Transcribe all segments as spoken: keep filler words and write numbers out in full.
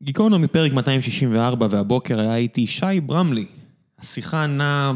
גיקונומי פרק מאתיים שישים וארבע, והבוקר היה איתי שי ברמלי. השיחה נעה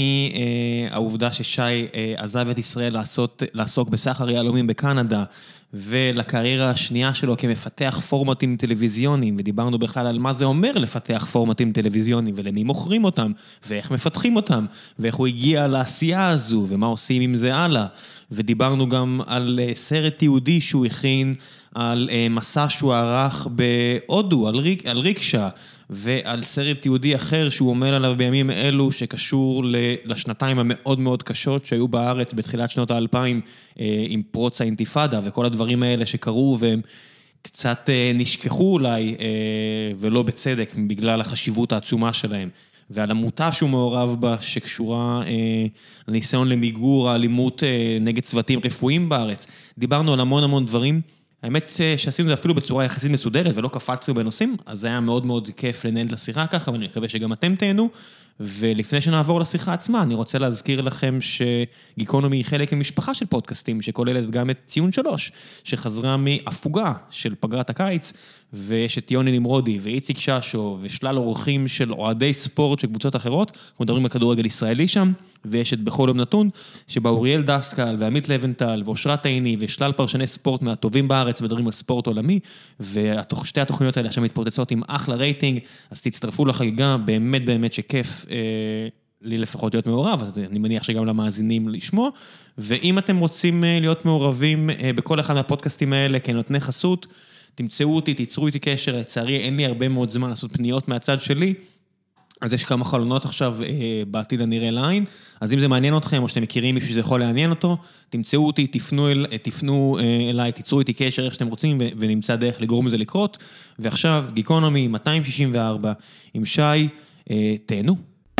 מהעובדה ששי עזב את ישראל לעשות, לעסוק בסחר יהלומים בקנדה, ולקריירה השנייה שלו כמפתח פורמטים טלוויזיוניים, ודיברנו בכלל על מה זה אומר לפתח פורמטים טלוויזיוניים, ולמי מוכרים אותם, ואיך מפתחים אותם, ואיך הוא הגיע לעשייה הזו, ומה עושים עם זה הלאה. ודיברנו גם על סרט יהודי שהוא הכין, על מסע שהוא ערך בהודו, על, ריק, על ריקשה, ועל סרט יהודי אחר שהוא אומר עליו בימים אלו, שקשור לשנתיים המאוד מאוד קשות שהיו בארץ בתחילת שנות האלפיים, עם פרוץ האינתיפאדה, וכל הדברים האלה שקרו, והם קצת נשכחו אולי, ולא בצדק, בגלל החשיבות העצומה שלהם. ועל עמותה שהוא מעורב בה, שקשורה לניסיון למיגור האלימות נגד צוותים רפואיים בארץ. דיברנו על המון המון דברים, האמת שעשינו את זה אפילו בצורה יחסית מסודרת, ולא קפצנו בנושאים, אז זה היה מאוד מאוד כיף לנהל את השיחה ככה, ואני מקווה שגם אתם תהנו, ולפני שנעבור לשיחה עצמה, אני רוצה להזכיר לכם שגיקונומי היא חלק ממשפחה של פודקאסטים, שכוללת גם את ציון שלוש, שחזרה מהפוגה של פגרת הקיץ, ויש את יוני נמרודי ואיציק ששו, ושלל אורחים של אוהדי ספורט של קבוצות אחרות, אנחנו מדברים על כדורגל ישראלי שם, ויש את בכל יום נתון, שבה אוריאל דסקל ועמית לבנטל ואושרת עיני, ושלל פרשני ספורט מהטובים בארץ, מדברים על ספורט עולמי, ושתי התוכניות האלה עכשיו מתפוצצות עם אחלה רייטינג, אז תצטרפו לחגיגה, באמת באמת שכיף אה, לי לפחות להיות מעורב, אז אני מניח שגם למאזינים לשמוע, ואם אתם רוצים להיות מעורבים אה, בכל אחד מהפודקאסטים האלה, כנותני חסות, תמצאו אותי, תיצרו איתי קשר, לצערי אין לי הרבה מאוד זמן לעשות פניות מהצד שלי, אז יש כמה חלונות עכשיו אה, בעתיד הנראה לעין, אז אם זה מעניין אתכם, או שאתם מכירים מישהו שזה יכול לעניין אותו, תמצאו אותי, תפנו, אל, תפנו אה, אליי, תיצרו איתי קשר איך שאתם רוצים, ו- ונמצא דרך לגרום לזה לקרות, ועכשיו גיקונומי מאתיים שישים וארבע, עם שי, אה, תהנו.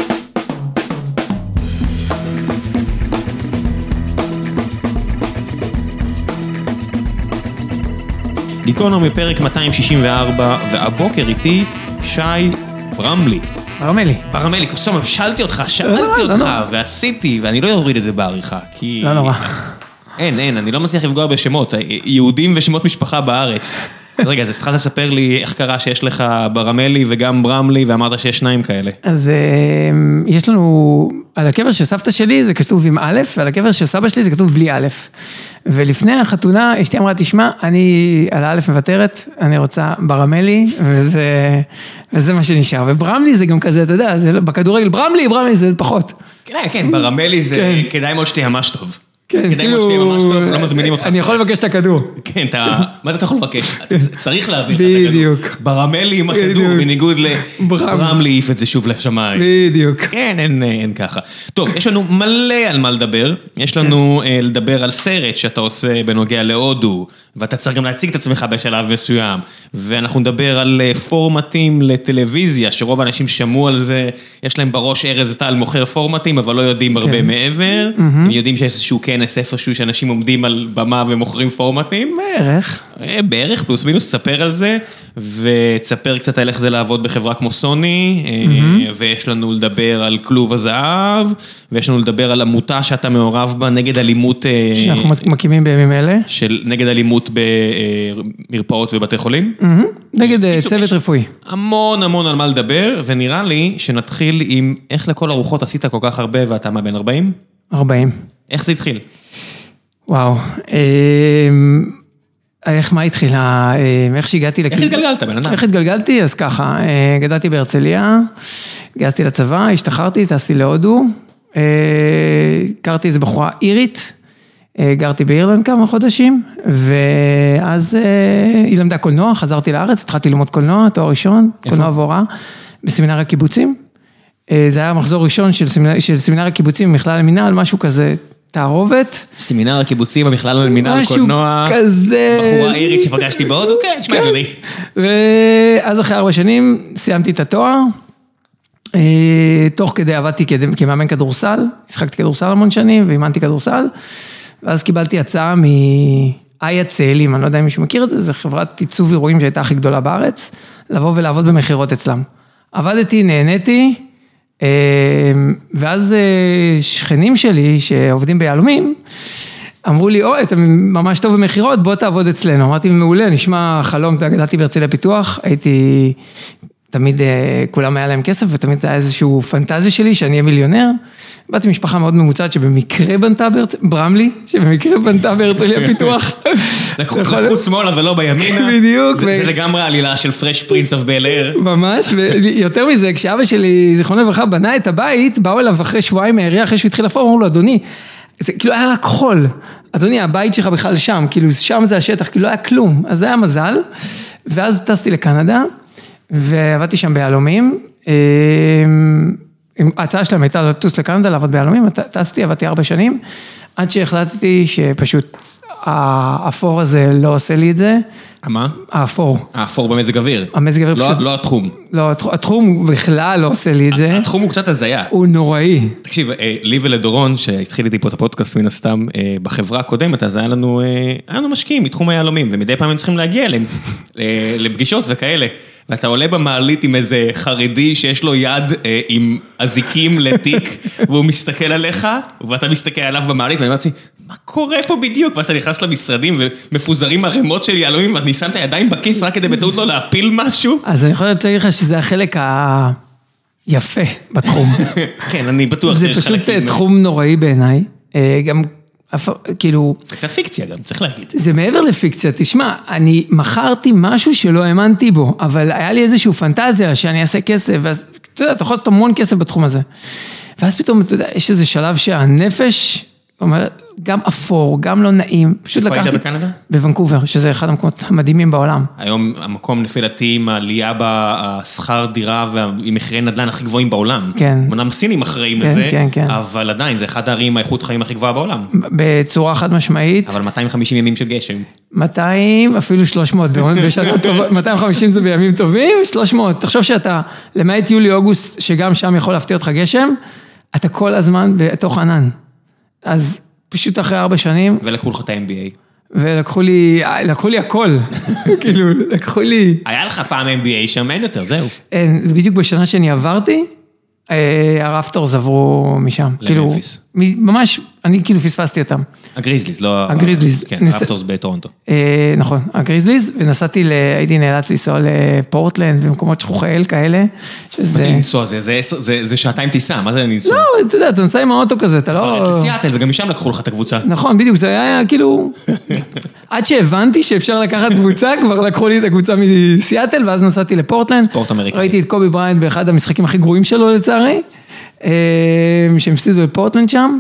גיקונומי פרק מאתיים שישים וארבע, והבוקר איתי שי ברמלי. ברמלי. ברמלי, קוסום, שאלתי אותך, שאלתי אותך, ועשיתי, ואני לא אוריד את זה בעריכה, כי... לא נורא. אין, אין, אני לא מצליח לפגוע בשמות, יהודים ושמות משפחה בארץ. רגע, אז צריכה לספר לי איך קרה שיש לך ברמלי וגם ברמלי, ואמרת שיש שניים כאלה. אז יש לנו, על הקבר של סבתא שלי זה כתוב עם א', ועל הקבר של סבא שלי זה כתוב בלי א'. ולפני החתונה, אשתי אמרה, תשמע, אני על האלף מבטרת, אני רוצה ברמלי, וזה, וזה מה שנשאר. וברמלי זה גם כזה, אתה יודע, זה בכדורגל, ברמלי, ברמלי זה פחות. כן, כן, ברמלי זה כדאי מאוד שתהיה ממש טוב. כן, כדאי מאוד שתהיה ממש טוב, לא מזמינים אותך. אני יכול לבקש את הכדור. כן, אתה, מה זה אתה יכול לבקש? צריך להביא את הכדור. בדיוק. ברמלי עם הכדור, בניגוד לברמלי העיף את זה שוב לשמיים. בדיוק. כן, אין, אין ככה. טוב, יש לנו מלא על מה לדבר. יש לנו לדבר על סרט שאתה עושה בנוגע להודו, ואתה צריך גם להציג את עצמך בשלב מסוים. ואנחנו נדבר על פורמטים לטלוויזיה, שרוב האנשים שמעו על זה, יש להם בראש ארז טל מוכר פורמטים, אבל לא יודעים הרבה מעבר. הם יודעים שיש איזשהו כנס איפשהו שאנשים עומדים על במה ומוכרים פורמטים. בערך. בערך, פלוס מינוס, תספר על זה, ותספר קצת על איך זה לעבוד בחברה כמו סוני, ויש לנו לדבר על כלוב הזהב, ויש לנו לדבר על עמותה שאתה מעורב בה נגד אלימות... שאנחנו מקימים בימים אלה. של נגד אלימות במרפאות ובתי חולים. נגד צוות רפואי. המון המון על מה לדבר, ונראה לי שנתחיל עם איך לכל הרוחות עשית כל כך הרבה, ואתה מה, בן ארבעים? ארבעים. איך זה התחיל? וואו, איך מה התחיל? איך שהגעתי... איך התגלגלת, בן אדם? איך התגלגלתי? אז ככה, גדלתי בהרצליה, גייסתי לצבא, השתחררתי, טסתי להודו, הכרתי איזו בחורה אירית, גרתי באירלנד כמה חודשים, ואז היא למדה קולנוע, חזרתי לארץ, התחלתי ללמוד קולנוע, תואר ראשון, קולנוע והוראה, בסמינר הקיבוצים. זה היה מחזור ראשון של סמינר, של סמינר הקיבוצים, מכלל המינהל, משהו כזה, תערובת. סמינר הקיבוצים, המכלל המינהל קולנוע. משהו כזה. בחורה אירית שפגשתי בעוד, כן, שמע לי. ואז אחרי ארבע שנים סיימתי את התואר, תוך כדי עבדתי כמאמן כדורסל, שחקתי כדורסל המון שנים, ואימנתי כדורסל, ואז קיבלתי הצעה מאיה צאלים, אני לא יודע אם מישהו מכיר את זה, זה חברת עיצוב אירועים שהייתה הכי גדולה בארץ, לבוא ולעבוד במחירות אצלם. עבדתי, נהניתי, ואז שכנים שלי שעובדים ביהלומים, אמרו לי, אוי, אתה ממש טוב במחירות, בוא תעבוד אצלנו. אמרתי, מעולה, נשמע חלום, גדלתי בהרצליה פיתוח, הייתי, תמיד כולם היה להם כסף, ותמיד זה היה איזשהו פנטזיה שלי, שאני אהיה מיליונר. באתי משפחה מאוד ממוצעת, שבמקרה בנתה בהרצליה, ברמלי, שבמקרה בנתה בהרצליה פיתוח. לקחו שמאלה ולא בימינה. בדיוק. זה לגמרי עלילה של פרש פרינס אוף בל אייר. ממש, ויותר מזה, כשאבא שלי, זיכרונו לברכה, בנה את הבית, באו אליו אחרי שבועיים מהעירייה, אחרי שהוא התחיל לפור, אמרו לו, אדוני, זה כאילו היה רק חול. אדוני, הבית שלך בכלל שם, כאילו שם זה השטח, כאילו לא היה כלום. אז זה היה מזל. ואז טסתי לקנדה, ועבדתי שם ביהלומים. ההצעה שלהם הייתה לטוס לקנדה, לעבוד ביהלומים, טסתי, עבדתי ארבע שנים, עד שהחלטתי שפשוט האפור הזה לא עושה לי את זה. מה? האפור. האפור במזג אוויר. המזג אוויר פשוט. לא התחום. לא, התחום בכלל לא עושה לי את זה. התחום הוא קצת הזיה. הוא נוראי. תקשיב, לי ולדורון, שהתחיל איתי פה את הפודקאסט מן הסתם, בחברה הקודמת, אז היה לנו, היה לנו משקיעים מתחום היהלומים, ומדי פעם הם צריכים להגיע אליהם, לפגישות וכאלה. ואתה עולה במעלית עם איזה חרדי שיש לו יד אה, עם אזיקים לתיק, והוא מסתכל עליך, ואתה מסתכל עליו במעלית, ואני אמרתי, מה קורה פה בדיוק? ואז אתה נכנס למשרדים, ומפוזרים ערימות של יהלומים, ואני שם את הידיים בכיס, רק כדי בטעות לא להפיל משהו. אז אני יכול להגיד לך שזה החלק היפה בתחום. כן, אני בטוח שיש חלקים. זה פשוט תחום נוראי בעיניי, גם... כאילו... זה קצת פיקציה גם, צריך להגיד. זה מעבר לפיקציה, תשמע, אני מכרתי משהו שלא האמנתי בו, אבל היה לי איזושהי פנטזיה שאני אעשה כסף, ואז, אתה יודע, אתה יכול לעשות המון כסף בתחום הזה. ואז פתאום, אתה יודע, יש איזה שלב שהנפש, אומרת, גם אפור, גם לא נעים, פשוט לקחתי... איפה היית בקנדה? בוונקובר, שזה אחד המקומות המדהימים בעולם. היום המקום נפילתי עם העלייה בשכר דירה ועם מחירי נדל"ן הכי גבוהים בעולם. כן. אמנם סינים אחראים כן, לזה, כן, כן. אבל עדיין, זה אחד הערים עם האיכות חיים הכי גבוהה בעולם. בצורה חד משמעית. אבל מאתיים וחמישים ימים של גשם. מאתיים, אפילו שלוש מאות, בשנה טובה, מאתיים וחמישים זה בימים טובים, שלוש מאות. תחשוב שאתה, למעט יולי-אוגוסט, שגם שם יכול להפתיע אותך גשם, אתה כל הזמן בתוך ענן. אז פשוט אחרי ארבע שנים. ולקחו לך את ה-אם בי איי. ולקחו לי, לקחו לי הכל. כאילו, לקחו לי. היה לך פעם אם בי איי שם, אין יותר, זהו. אין, בדיוק בשנה שאני עברתי, הרפטורס עברו משם. לממפיס. ממש, אני כאילו פספסתי אותם. הגריזליז, לא... הגריזליז. כן, הרפטורס בטורונטו. נכון, הגריזליז, ונסעתי, הייתי נאלץ לנסוע לפורטלנד, ומקומות שכוחי אל כאלה. מה זה לנסוע? זה שעתיים טיסה, מה זה לנסוע? לא, אתה יודע, אתה נסע עם האוטו כזה, אתה לא... אתה סיאטל, וגם משם לקחו לך את הקבוצה. נכון, בדיוק, זה היה כאילו... עד שהבנתי שאפשר לקחת קבוצה, כבר לקחו לי את הקבוצה מסיאטל, ואז נסעתי לפורטלנד. ספורט אמריקאי. ראיתי את קובי בריינט באחד המשחקים הכי גרועים שלו לצערי, שהם הפסידו בפורטלנד שם.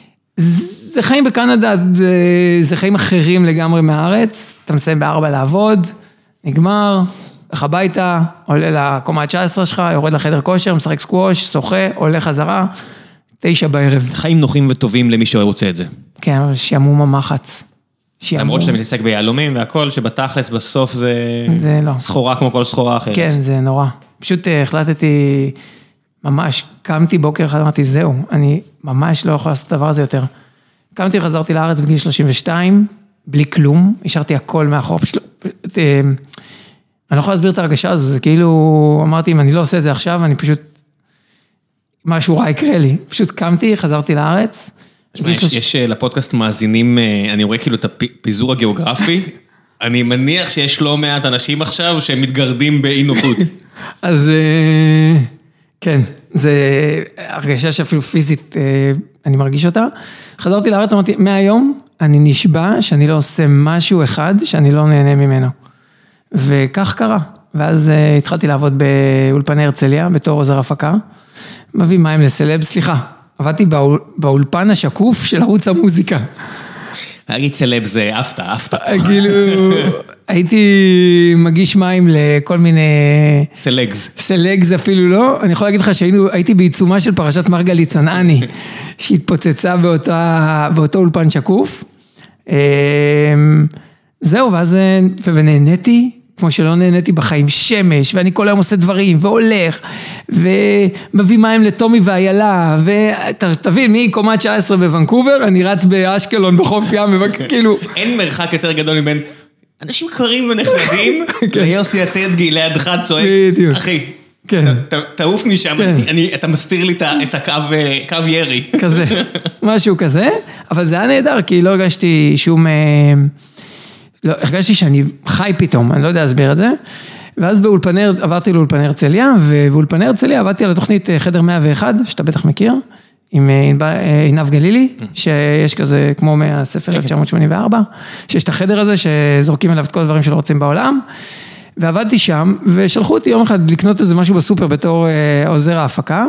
זה חיים בקנדה, זה חיים אחרים לגמרי מהארץ, אתה מסיים בארבע לעבוד, נגמר, הולך הביתה, עולה לקומה ה-תשע עשרה שלך, יורד לחדר כושר, משחק סקווש, שוחה, עולה חזרה, תשע בערב. חיים נוחים וטובים למי שרוצה את זה. כן, אבל שימום המחץ. למרות שאתה מתעסק ביהלומים והכל, שבתכלס בסוף זה... זה לא. סחורה כמו כל סחורה אחרת. כן, זה נורא. פשוט החלטתי, ממש, קמתי בוקר אחד, אמרתי, זהו, אני ממש לא יכול לעשות את הדבר הזה יותר. קמתי וחזרתי לארץ בגיל שלושים ושתיים, בלי כלום, השארתי הכל מאחור, פשוט... אני לא יכול להסביר את הרגשה הזו, זה כאילו, אמרתי, אם אני לא עושה את זה עכשיו, אני פשוט... משהו רע יקרה לי. פשוט קמתי, חזרתי לארץ. יש לפודקאסט מאזינים, אני רואה כאילו את הפיזור הגיאוגרפי, אני מניח שיש לא מעט אנשים עכשיו שהם מתגרדים באי נוחות. אז כן, זה הרגשה שאפילו פיזית אני מרגיש אותה. חזרתי לארץ, אמרתי, מהיום אני נשבע שאני לא עושה משהו אחד שאני לא נהנה ממנו. וכך קרה. ואז התחלתי לעבוד באולפני הרצליה, בתור עוזר הפקה. מביא מים לסלב, סליחה. עבדתי באולפן השקוף של ערוץ המוזיקה. להגיד סלב זה אפתא, אפתא. כאילו, הייתי מגיש מים לכל מיני... סלגז. סלגז אפילו לא. אני יכול להגיד לך שהייתי בעיצומה של פרשת מרגלית צנעני, שהתפוצצה באותו אולפן שקוף. זהו, ואז ונהניתי. כמו שלא נהניתי בחיים, שמש, ואני כל היום עושה דברים, והולך, ומביא מים לטומי ואיילה, ותבין, מי קומה תשע עשרה בוונקובר, אני רץ באשקלון בחוף ים, וכאילו... אין מרחק יותר גדול מבין אנשים קרים ונחמדים, ויוסי הטדגי לידך צועק, אחי, כן. תעוף משם, אתה מסתיר לי את הקו ירי. כזה, משהו כזה, אבל זה היה נהדר, כי לא הרגשתי שום, לא, הרגשתי שאני חי פתאום, אני לא יודע להסביר את זה, ואז באולפני, עברתי לאולפני הרצליה, ובאולפני הרצליה עבדתי על התוכנית חדר מאה ואחת, שאתה בטח מכיר, עם עינב גלילי, שיש כזה כמו מהספר אלף תשע מאות שמונים וארבע, שיש את החדר הזה שזורקים אליו את כל הדברים שלא רוצים בעולם, ועבדתי שם, ושלחו אותי יום אחד לקנות איזה משהו בסופר בתור עוזר ההפקה,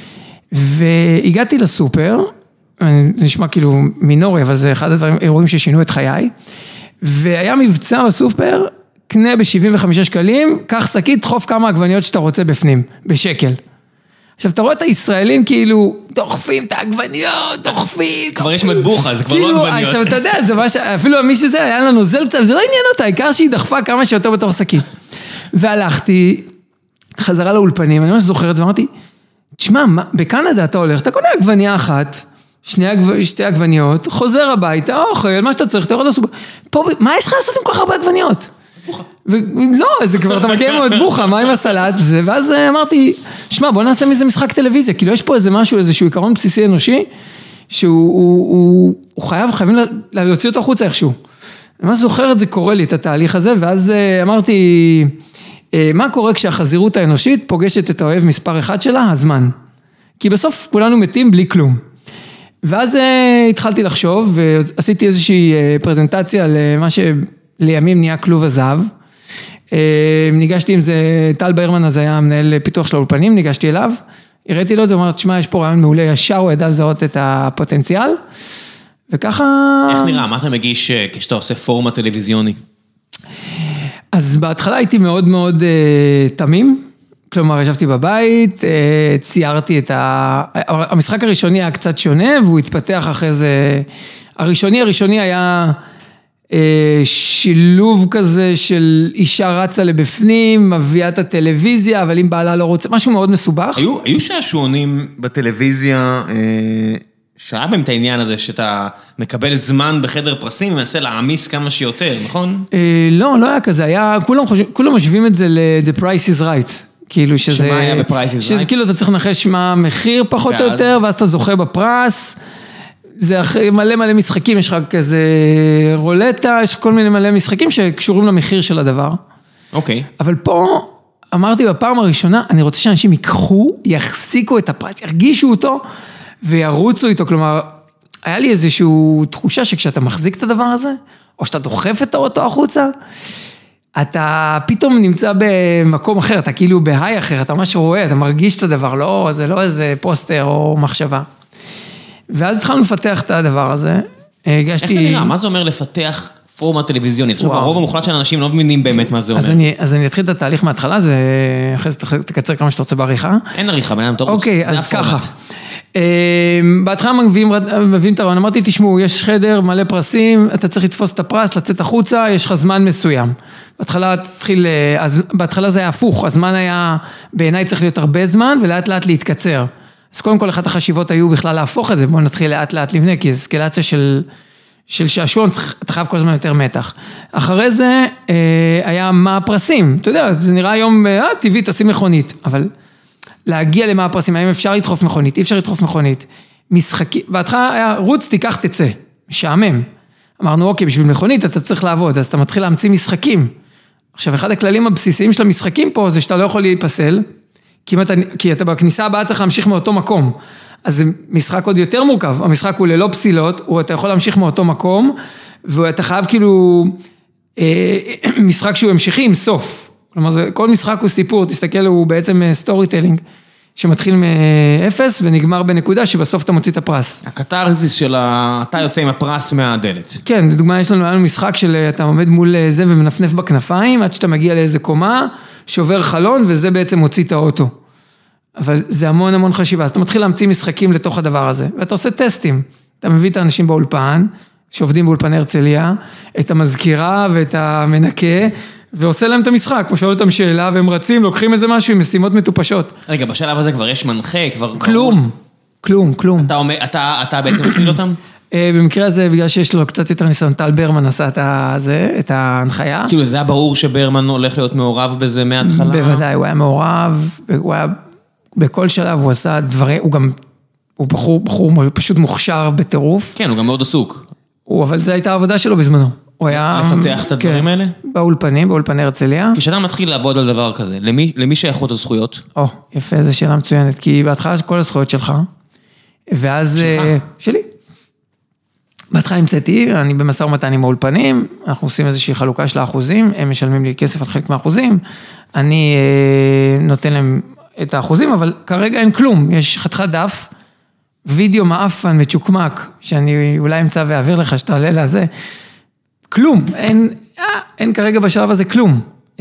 והגעתי לסופר, זה נשמע כאילו מינורי, אבל זה אחד הדברים, אירועים ששינו את חיי, והיה מבצע בסופר, קנה ב-שבעים וחמישה שקלים, קח שקית, דחוף כמה עגבניות שאתה רוצה בפנים, בשקל. עכשיו, אתה רואה את הישראלים כאילו, דוחפים את העגבניות, דוחפים. כבר יש מטבוחה, זה כבר לא עגבניות. עכשיו, אתה יודע, זה מה ש... אפילו מי שזה, היה לנו נוזל קצת, זה לא עניין אותה, העיקר שהיא דחפה כמה שיותר בתוך שקית. והלכתי, חזרה לאולפנים, אני ממש זוכר את זה, ואמרתי, תשמע, בקנדה אתה הולך, אתה קונה עגבניה אחת, שתי עגבניות, חוזר הביתה, אוכל, מה שאתה צריך, אתה יורד לסופר. פה, מה יש לך לעשות עם כל כך הרבה עגבניות? לא, זה כבר, אתה מגיע מאוד בוחה, מה עם הסלט? ואז אמרתי, שמע, בוא נעשה מזה משחק טלוויזיה, כאילו יש פה איזה משהו, איזשהו עיקרון בסיסי אנושי, שהוא חייב, חייבים להוציא אותו החוצה איכשהו. אני ממש זוכר את זה, קורה לי את התהליך הזה, ואז אמרתי, מה קורה כשהחזירות האנושית פוגשת את האוהב מספר אחד שלה? הזמן. כי בסוף כולנו מתים בלי כלום. ואז התחלתי לחשוב, ועשיתי איזושהי פרזנטציה למה ש... לימים נהיה כלוב הזהב, ניגשתי עם זה, טל ברמן אז היה מנהל פיתוח של האולפנים, ניגשתי אליו, הראיתי לו את זה, אמרת, שמה, יש פה רעיון מעולה, ישר הוא ידע לזהות את הפוטנציאל, וככה... איך נראה? מה אתה מגיש כשאתה עושה פורמה טלוויזיוני? אז בהתחלה הייתי מאוד מאוד תמים, כלומר, ישבתי בבית, ציירתי את ה... המשחק הראשוני היה קצת שונה, והוא התפתח אחרי זה... הראשוני הראשוני היה... שילוב כזה של אישה רצה לבפנים, מביאה את הטלוויזיה, אבל אם בעלה לא רוצה, משהו מאוד מסובך. היו, היו שעשועונים בטלוויזיה, שהיה בהם את העניין הזה, שאתה מקבל זמן בחדר פרסים, ומנסה להעמיס כמה שיותר, נכון? לא, לא היה כזה, היה, כולם חושבים, כולם משווים את זה ל-The Price is Right. כאילו שזה... שמה היה ב-Price is Right? שזה כאילו אתה צריך לנחש מה המחיר פחות או יותר, ואז אתה זוכה בפרס. זה מלא מלא משחקים, יש לך כזה רולטה, יש לך כל מיני מלא משחקים שקשורים למחיר של הדבר. אוקיי. אבל פה אמרתי בפעם הראשונה, אני רוצה שאנשים ייקחו, יחזיקו את הפרס, ירגישו אותו וירוצו איתו. כלומר, היה לי איזושהי תחושה שכשאתה מחזיק את הדבר הזה, או שאתה דוחף את האוטו החוצה, אתה פתאום נמצא במקום אחר, אתה כאילו בהיי אחר, אתה ממש רואה, אתה מרגיש את הדבר, לא, זה לא איזה פוסטר או מחשבה. ואז התחלנו לפתח את הדבר הזה. איך זה נראה? מה זה אומר לפתח פורמה טלוויזיונית? עכשיו, הרוב המוחלט של האנשים לא מבינים באמת מה זה אומר. אז אני אתחיל את התהליך מההתחלה, זה אחרי זה תקצר כמה שאתה רוצה בעריכה. אין עריכה, בינם תורוס. אוקיי, אז ככה. בהתחלה מביאים את הרעיון, אמרתי, תשמעו, יש חדר מלא פרסים, אתה צריך לתפוס את הפרס, לצאת החוצה, יש לך זמן מסוים. בהתחלה תתחיל, אז בהתחלה זה היה הפוך, הזמן היה, בעיניי צריך להיות הרבה זמן, ולאט לאט להתקצר. אז קודם כל, אחת החשיבות היו בכלל להפוך את זה, בואו נתחיל לאט לאט לבנה, כי זו סקלציה של, של שעשועון, אתה חייב כל הזמן יותר מתח. אחרי זה היה מה הפרסים, אתה יודע, זה נראה היום, אה, טבעי, תשים מכונית, אבל להגיע למה הפרסים, האם אפשר לדחוף מכונית, אי אפשר לדחוף מכונית, משחקים, בהתחלה היה רוץ, תיקח, תצא, משעמם. אמרנו, אוקיי, בשביל מכונית אתה צריך לעבוד, אז אתה מתחיל להמציא משחקים. עכשיו, אחד הכללים הבסיסיים של המשחקים פה, זה שאתה לא יכול להיפסל, כי אתה, כי אתה בכניסה הבאה צריך להמשיך מאותו מקום, אז זה משחק עוד יותר מורכב, המשחק הוא ללא פסילות, הוא אתה יכול להמשיך מאותו מקום, ואתה חייב כאילו, אה, משחק שהוא המשכי עם סוף, כלומר זה, כל משחק הוא סיפור, תסתכל הוא בעצם סטורי טלינג, שמתחיל מאפס ונגמר בנקודה שבסוף אתה מוציא את הפרס. הקטרזיס של ה... אתה יוצא עם הפרס מהדלת. כן, לדוגמה יש לנו, לנו משחק של אתה עומד מול זה ומנפנף בכנפיים, עד שאתה מגיע לאיזה קומה, שובר חלון וזה בעצם מוציא את האוטו. אבל זה המון המון חשיבה, אז אתה מתחיל להמציא משחקים לתוך הדבר הזה, ואתה עושה טסטים. אתה מביא את האנשים באולפן, שעובדים באולפן הרצליה, את המזכירה ואת המנקה, ועושה להם את המשחק, כמו שואל אותם שאלה, והם רצים, לוקחים איזה משהו עם משימות מטופשות. רגע, בשלב הזה כבר יש מנחה, כבר... כלום, כלום, כלום. אתה, אתה, אתה בעצם מפעיל אותם? במקרה הזה, בגלל שיש לו קצת יותר ניסיון, טל ברמן עשה את ההנחיה. כאילו, זה היה ברור שברמן הולך להיות מעורב בזה מההתחלה? בוודאי, הוא היה מעורב, הוא היה, בכל שלב הוא עשה דברים, הוא גם, הוא בחור, בחור פשוט מוכשר בטירוף. כן, הוא גם מאוד עסוק. הוא, אבל זו הייתה העבודה שלו בזמנו. הוא היה... לפתח את הדברים האלה? באולפנים, באולפני הרצליה. כשאתה מתחיל לעבוד על דבר כזה, למי, למי שייכות הזכויות? או, יפה, זו שאלה מצוינת, כי בהתחלה כל הזכויות שלך, ואז... שלך? שלי. בהתחלה המצאתי, אני במשא ומתן עם האולפנים, אנחנו עושים איזושהי חלוקה של האחוזים, הם משלמים לי כסף על חלק מהאחוזים, אני אה, נותן להם את האחוזים, אבל כרגע אין כלום, יש חתיכת דף, וידאו מאפן מצ'וקמק, שאני אולי אמצא ואעביר לך שתעלה לזה, כלום, אין, אה, אין כרגע בשלב הזה כלום. אה,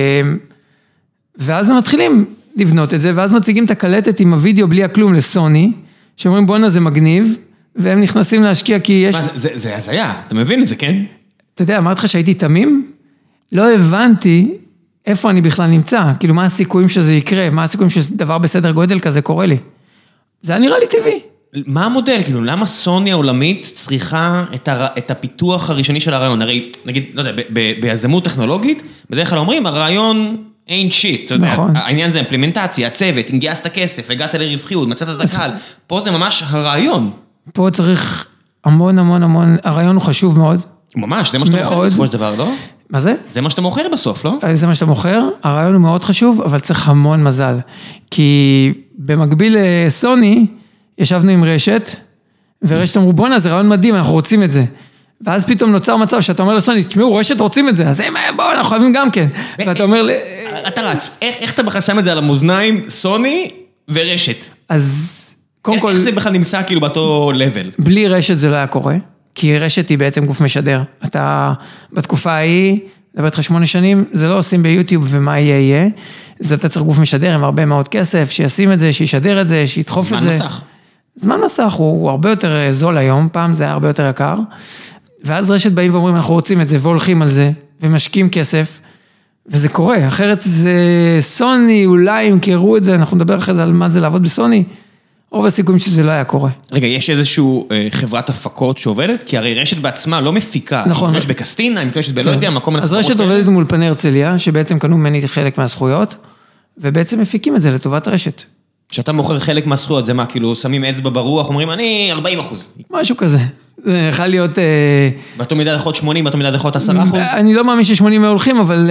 ואז הם מתחילים לבנות את זה, ואז מציגים את הקלטת עם הוידאו בלי הכלום לסוני, שאומרים בואנה זה מגניב, והם נכנסים להשקיע כי יש... מה, זה, זה, זה הזיה, אתה מבין את זה, כן? אתה יודע, אמרתי לך שהייתי תמים, לא הבנתי איפה אני בכלל נמצא, כאילו מה הסיכויים שזה יקרה, מה הסיכויים שדבר בסדר גודל כזה קורה לי. זה היה נראה לי טבעי. מה המודל? כאילו, למה סוני העולמית צריכה את, הר... את הפיתוח הראשוני של הרעיון? הרי, נגיד, לא יודע, ב- ב- ביזמות טכנולוגית, בדרך כלל אומרים, הרעיון ain't shit. נכון. העניין זה אימפלמנטציה, הצוות, אם גייסת כסף, הגעת לרווחיות, מצאת את הקהל. פה זה ממש הרעיון. פה צריך המון המון המון, הרעיון הוא חשוב מאוד. ממש, זה מה שאתה מוכר בסופו של דבר, לא? מה זה? זה מה שאתה מוכר בסוף, לא? זה מה שאתה מוכר, הרעיון הוא מאוד חשוב, אבל צריך המון מזל. כי במקביל לסוני, ישבנו עם רשת, ורשת אמרו, בוא'נה, זה רעיון מדהים, אנחנו רוצים את זה. ואז פתאום נוצר מצב שאתה אומר לסוני, תשמעו, רשת רוצים את זה, אז בואו, אנחנו חייבים גם כן. ואתה אומר... אתה רץ, איך אתה בכלל שם את זה על המאזניים, סוני ורשת? אז קודם כל... איך זה בכלל נמצא כאילו באותו לבל? בלי רשת זה לא היה קורה, כי רשת היא בעצם גוף משדר. אתה בתקופה ההיא, דבר איתך שמונה שנים, זה לא עושים ביוטיוב ומה יהיה יהיה, זה אתה צריך גוף משדר עם הרבה מאוד כסף, שישים את זה, שישדר את זה, שידחוף את זה. זמן מסך. זמן מסך הוא, הוא הרבה יותר זול היום, פעם זה היה הרבה יותר יקר, ואז רשת באים ואומרים, אנחנו רוצים את זה, והולכים על זה, ומשקיעים כסף, וזה קורה, אחרת זה סוני, אולי אם קראו את זה, אנחנו נדבר אחרי זה על מה זה לעבוד בסוני, רוב הסיכויים שזה לא היה קורה. רגע, יש איזשהו אה, חברת הפקות שעובדת? כי הרי רשת בעצמה לא מפיקה. נכון. יש בקסטינה, אם יש בלא יודע, מקום... אז רשת עובדת מול פני הרצליה, שבעצם קנו ממני חלק מהזכויות, ובעצם מפיקים את זה לטובת רשת. כשאתה מוכר חלק מהזכויות, זה מה, כאילו, שמים אצבע ברוח, אומרים, אני ארבעים אחוז. משהו כזה. זה יכול להיות... באותו מידה יכול להיות שמונים, באותו מידה יכול להיות עשרה אחוז? אני לא מאמין ש-שמונים הולכים, אבל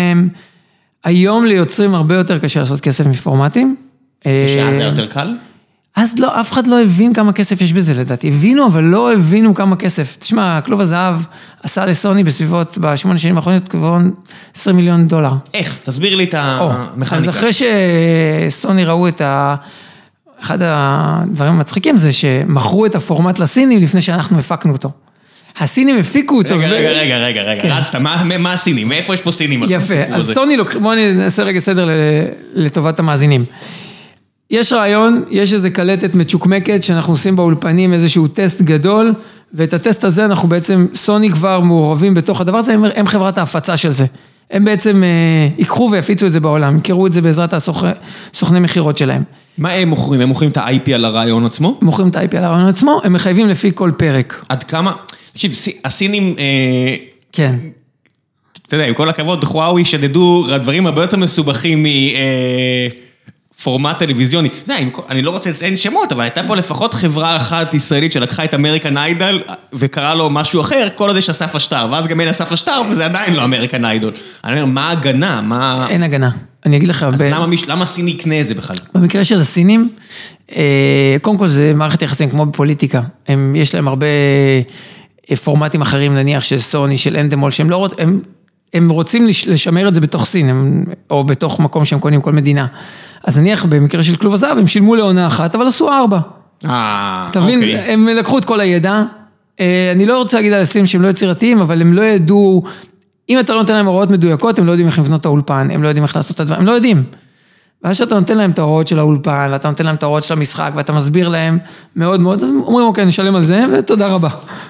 היום ליוצרים הרבה יותר קשה לעשות כסף מפורמטים. כשאז זה יותר קל? אז לא, אף אחד לא הבין כמה כסף יש בזה לדעתי. הבינו, אבל לא הבינו כמה כסף. תשמע, כלוב הזהב עשה לסוני בסביבות, בשמונה שנים האחרונות, כבון עשרים מיליון דולר. איך? תסביר לי את המכניקה. אז אחרי שסוני ראו את ה... אחד הדברים המצחיקים זה שמכרו את הפורמט לסינים לפני שאנחנו הפקנו אותו. הסינים הפיקו אותו. רגע, רגע, רגע, רגע, רגע, רצת, מה הסינים? מאיפה יש פה סינים? יפה, אז סוני, בואו נעשה רגע סדר לטובת המאזינים. יש רעיון, יש איזו קלטת מצ'וקמקת שאנחנו עושים באולפנים איזשהו טסט גדול, ואת הטסט הזה אנחנו בעצם, סוני כבר מעורבים בתוך הדבר הזה, הם, הם חברת ההפצה של זה. הם בעצם אה, ייקחו ויפיצו את זה בעולם, יקראו את זה בעזרת הסוכני מחירות שלהם. מה הם מוכרים? הם מוכרים את ה-איי פי על הרעיון עצמו? הם מוכרים את ה-איי פי על הרעיון עצמו, הם מחייבים לפי כל פרק. עד כמה? תקשיב, הסינים... אה... כן. אתה יודע, עם כל הכבוד, חוואוי שדדו דברים הרבה יותר מסובכים מ... אה... פורמט טלוויזיוני. אני לא רוצה לציין שמות, אבל הייתה פה לפחות חברה אחת ישראלית שלקחה את אמריקן איידל וקרא לו משהו אחר, כל עוד יש אסף השטר, ואז גם אין אסף השטר, וזה עדיין לא אמריקן איידל. אני אומר, מה ההגנה? מה... אין הגנה. אני אגיד לך... אז למה, למה הסיני יקנה את זה בכלל? במקרה של הסינים, קודם כל זה מערכת יחסים כמו בפוליטיקה. הם, יש להם הרבה פורמטים אחרים, נניח של סוני, של אנדמול, שהם לא רוצים... הם, הם רוצים לשמר את זה בתוך סין, הם, או בתוך מקום שהם קונים כל מדינה. אז נניח במקרה של כלוב הזהב, הם שילמו לעונה אחת, אבל עשו ארבע. אה, אתה מבין, הם לקחו את כל הידע, אני לא רוצה להגיד על הסינים שהם לא יצירתיים, אבל הם לא ידעו, אם אתה לא נותן להם הוראות מדויקות, הם לא יודעים איך לבנות את האולפן, הם לא יודעים איך לעשות את הדבר, הם לא יודעים. ואז שאתה נותן להם את ההוראות של האולפן, ואתה נותן להם את ההוראות של המשחק, ואתה מסביר להם מאוד מאוד, אז אומרים, אוקיי, נשלם על זה, ותודה רבה.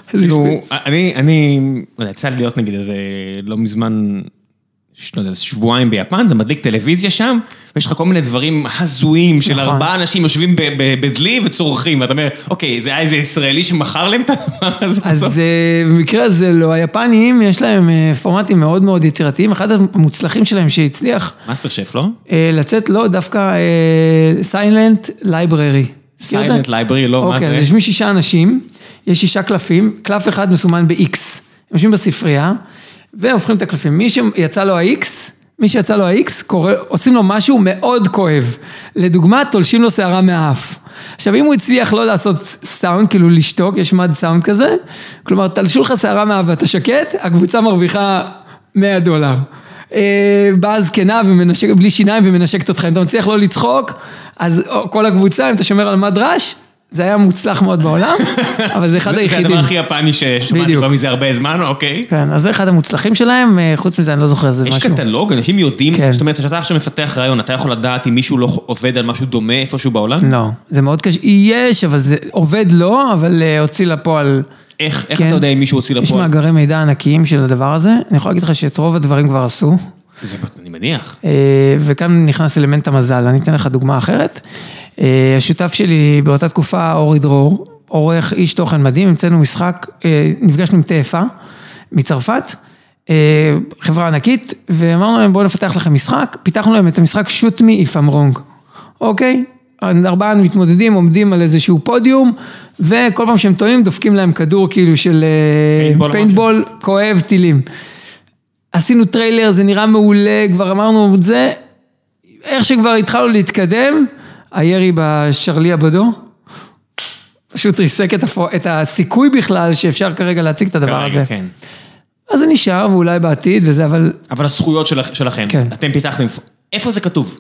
אני, אני, יצא לי להיות נגיד איזה, לא מזמן, שבועיים ביפן, אתה מדליק טלוויזיה שם, ויש לך כל מיני דברים הזויים של נכון. ארבעה אנשים יושבים בדלי וצורכים, ואתה אומר, אוקיי, זה היה איזה ישראלי שמכר להם את הדבר הזה? אז במקרה הזה לא, היפנים יש להם פורמטים מאוד מאוד יצירתיים, אחד המוצלחים שלהם שהצליח... מאסטר שף, לא? לצאת, לא, דווקא סיילנט לייבררי. סיילנט לייבררי, לא, מה זה? אוקיי, אז יושבים שישה אנשים, יש שישה קלפים, קלף אחד מסומן ב-X, הם יושבים בספרייה, והופכים את הקלפים. מי שיצא לו ה-X, מי שיצא לו ה-X, קורא, עושים לו משהו מאוד כואב. לדוגמה, תולשים לו שערה מהאף. עכשיו, אם הוא הצליח לא לעשות סאונד, כאילו לשתוק, יש מד סאונד כזה, כלומר, תלשו לך שערה מהאף ואתה שקט, הקבוצה מרוויחה מאה דולר. באה זקנה ומנשק, בלי שיניים ומנשקת אותך. אם אתה מצליח לא לצחוק, אז כל הקבוצה, אם אתה שומר על מד רעש, זה היה מוצלח מאוד בעולם, אבל זה אחד היחידים. זה הדבר הכי יפני ששמעתי כבר מזה הרבה זמן, אוקיי? כן, אז זה אחד המוצלחים שלהם, חוץ מזה אני לא זוכר איזה משהו. יש קטלוג, אנשים יודעים, זאת אומרת, שאתה עכשיו מפתח רעיון, אתה יכול לדעת אם מישהו לא עובד על משהו דומה איפשהו בעולם? לא, זה מאוד קשה, יש, אבל זה עובד לא, אבל הוציא לפועל. איך אתה יודע אם מישהו הוציא לפועל? יש מאגרי מידע ענקיים של הדבר הזה, אני יכול להגיד לך שאת רוב הדברים כבר עשו. זה אני מניח. וכאן נכנס אלמנט המזל, אני אתן לך דוגמה אחרת. השותף שלי באותה תקופה, אורי דרור, עורך איש תוכן מדהים, המצאנו משחק, נפגשנו עם תאפה מצרפת, חברה ענקית, ואמרנו להם בואו נפתח לכם משחק, פיתחנו להם את המשחק Shoot Me If I'm Wrong, אוקיי? ארבעה מתמודדים, עומדים על איזשהו פודיום, וכל פעם שהם טועים, דופקים להם כדור כאילו של פיינטבול, כואב טילים. עשינו טריילר, זה נראה מעולה, כבר אמרנו את זה, איך שכבר התחלנו להתקדם, הירי בשרלי הבדו, פשוט ריסק את, הפו, את הסיכוי בכלל שאפשר כרגע להציג את הדבר הזה. כן. אז זה נשאר, ואולי בעתיד, וזה אבל... אבל הזכויות של, שלכם, כן. אתם פיתחתם, איפה זה כתוב?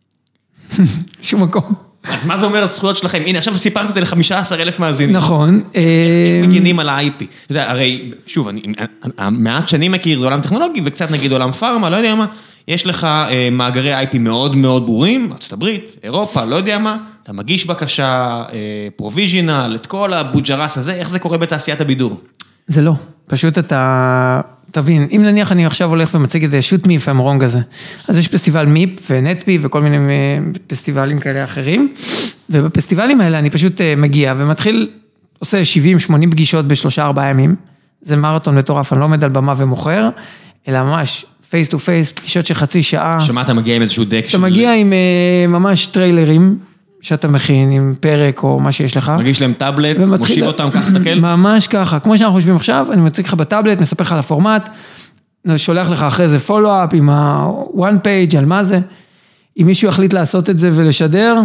שום מקום. אז מה זה אומר הזכויות שלכם? הנה, עכשיו סיפרת את זה ל-חמישה עשר אלף מאזינים. נכון. איך מגינים על ה-איי פי? אתה יודע, הרי, שוב, המעט שאני מכיר זה עולם טכנולוגי, וקצת נגיד עולם פארמה, לא יודע מה, יש לך מאגרי איי פי מאוד מאוד ברורים, ארצות הברית, אירופה, לא יודע מה, אתה מגיש בקשה, פרוביז'ינל, את כל הבוג'רס הזה, איך זה קורה בתעשיית הבידור? זה לא, פשוט אתה... תבין, אם נניח אני עכשיו הולך ומציג את Shoot Me If I'm Wrong הזה, אז יש פסטיבל מיפ ונטפי וכל מיני פסטיבלים כאלה אחרים, ובפסטיבלים האלה אני פשוט מגיע ומתחיל, עושה שבעים שמונים פגישות בשלושה ארבעה ימים, זה מרתון מטורף, אני לא עומד על במה ומוכר, אלא ממש פייס טו פייס, פגישות של חצי שעה. שמה אתה מגיע עם איזשהו דק? אתה מגיע עם ממש טריילרים, שאתה מכין עם פרק או מה שיש לך. מגיש להם טאבלט, מושיב אותם, כך סתכל? ממש ככה, כמו שאנחנו חושבים עכשיו, אני מציג לך בטאבלט, מספר לך על הפורמט, שולח לך אחרי זה פולו-אפ עם ה-one page, על מה זה. אם מישהו יחליט לעשות את זה ולשדר,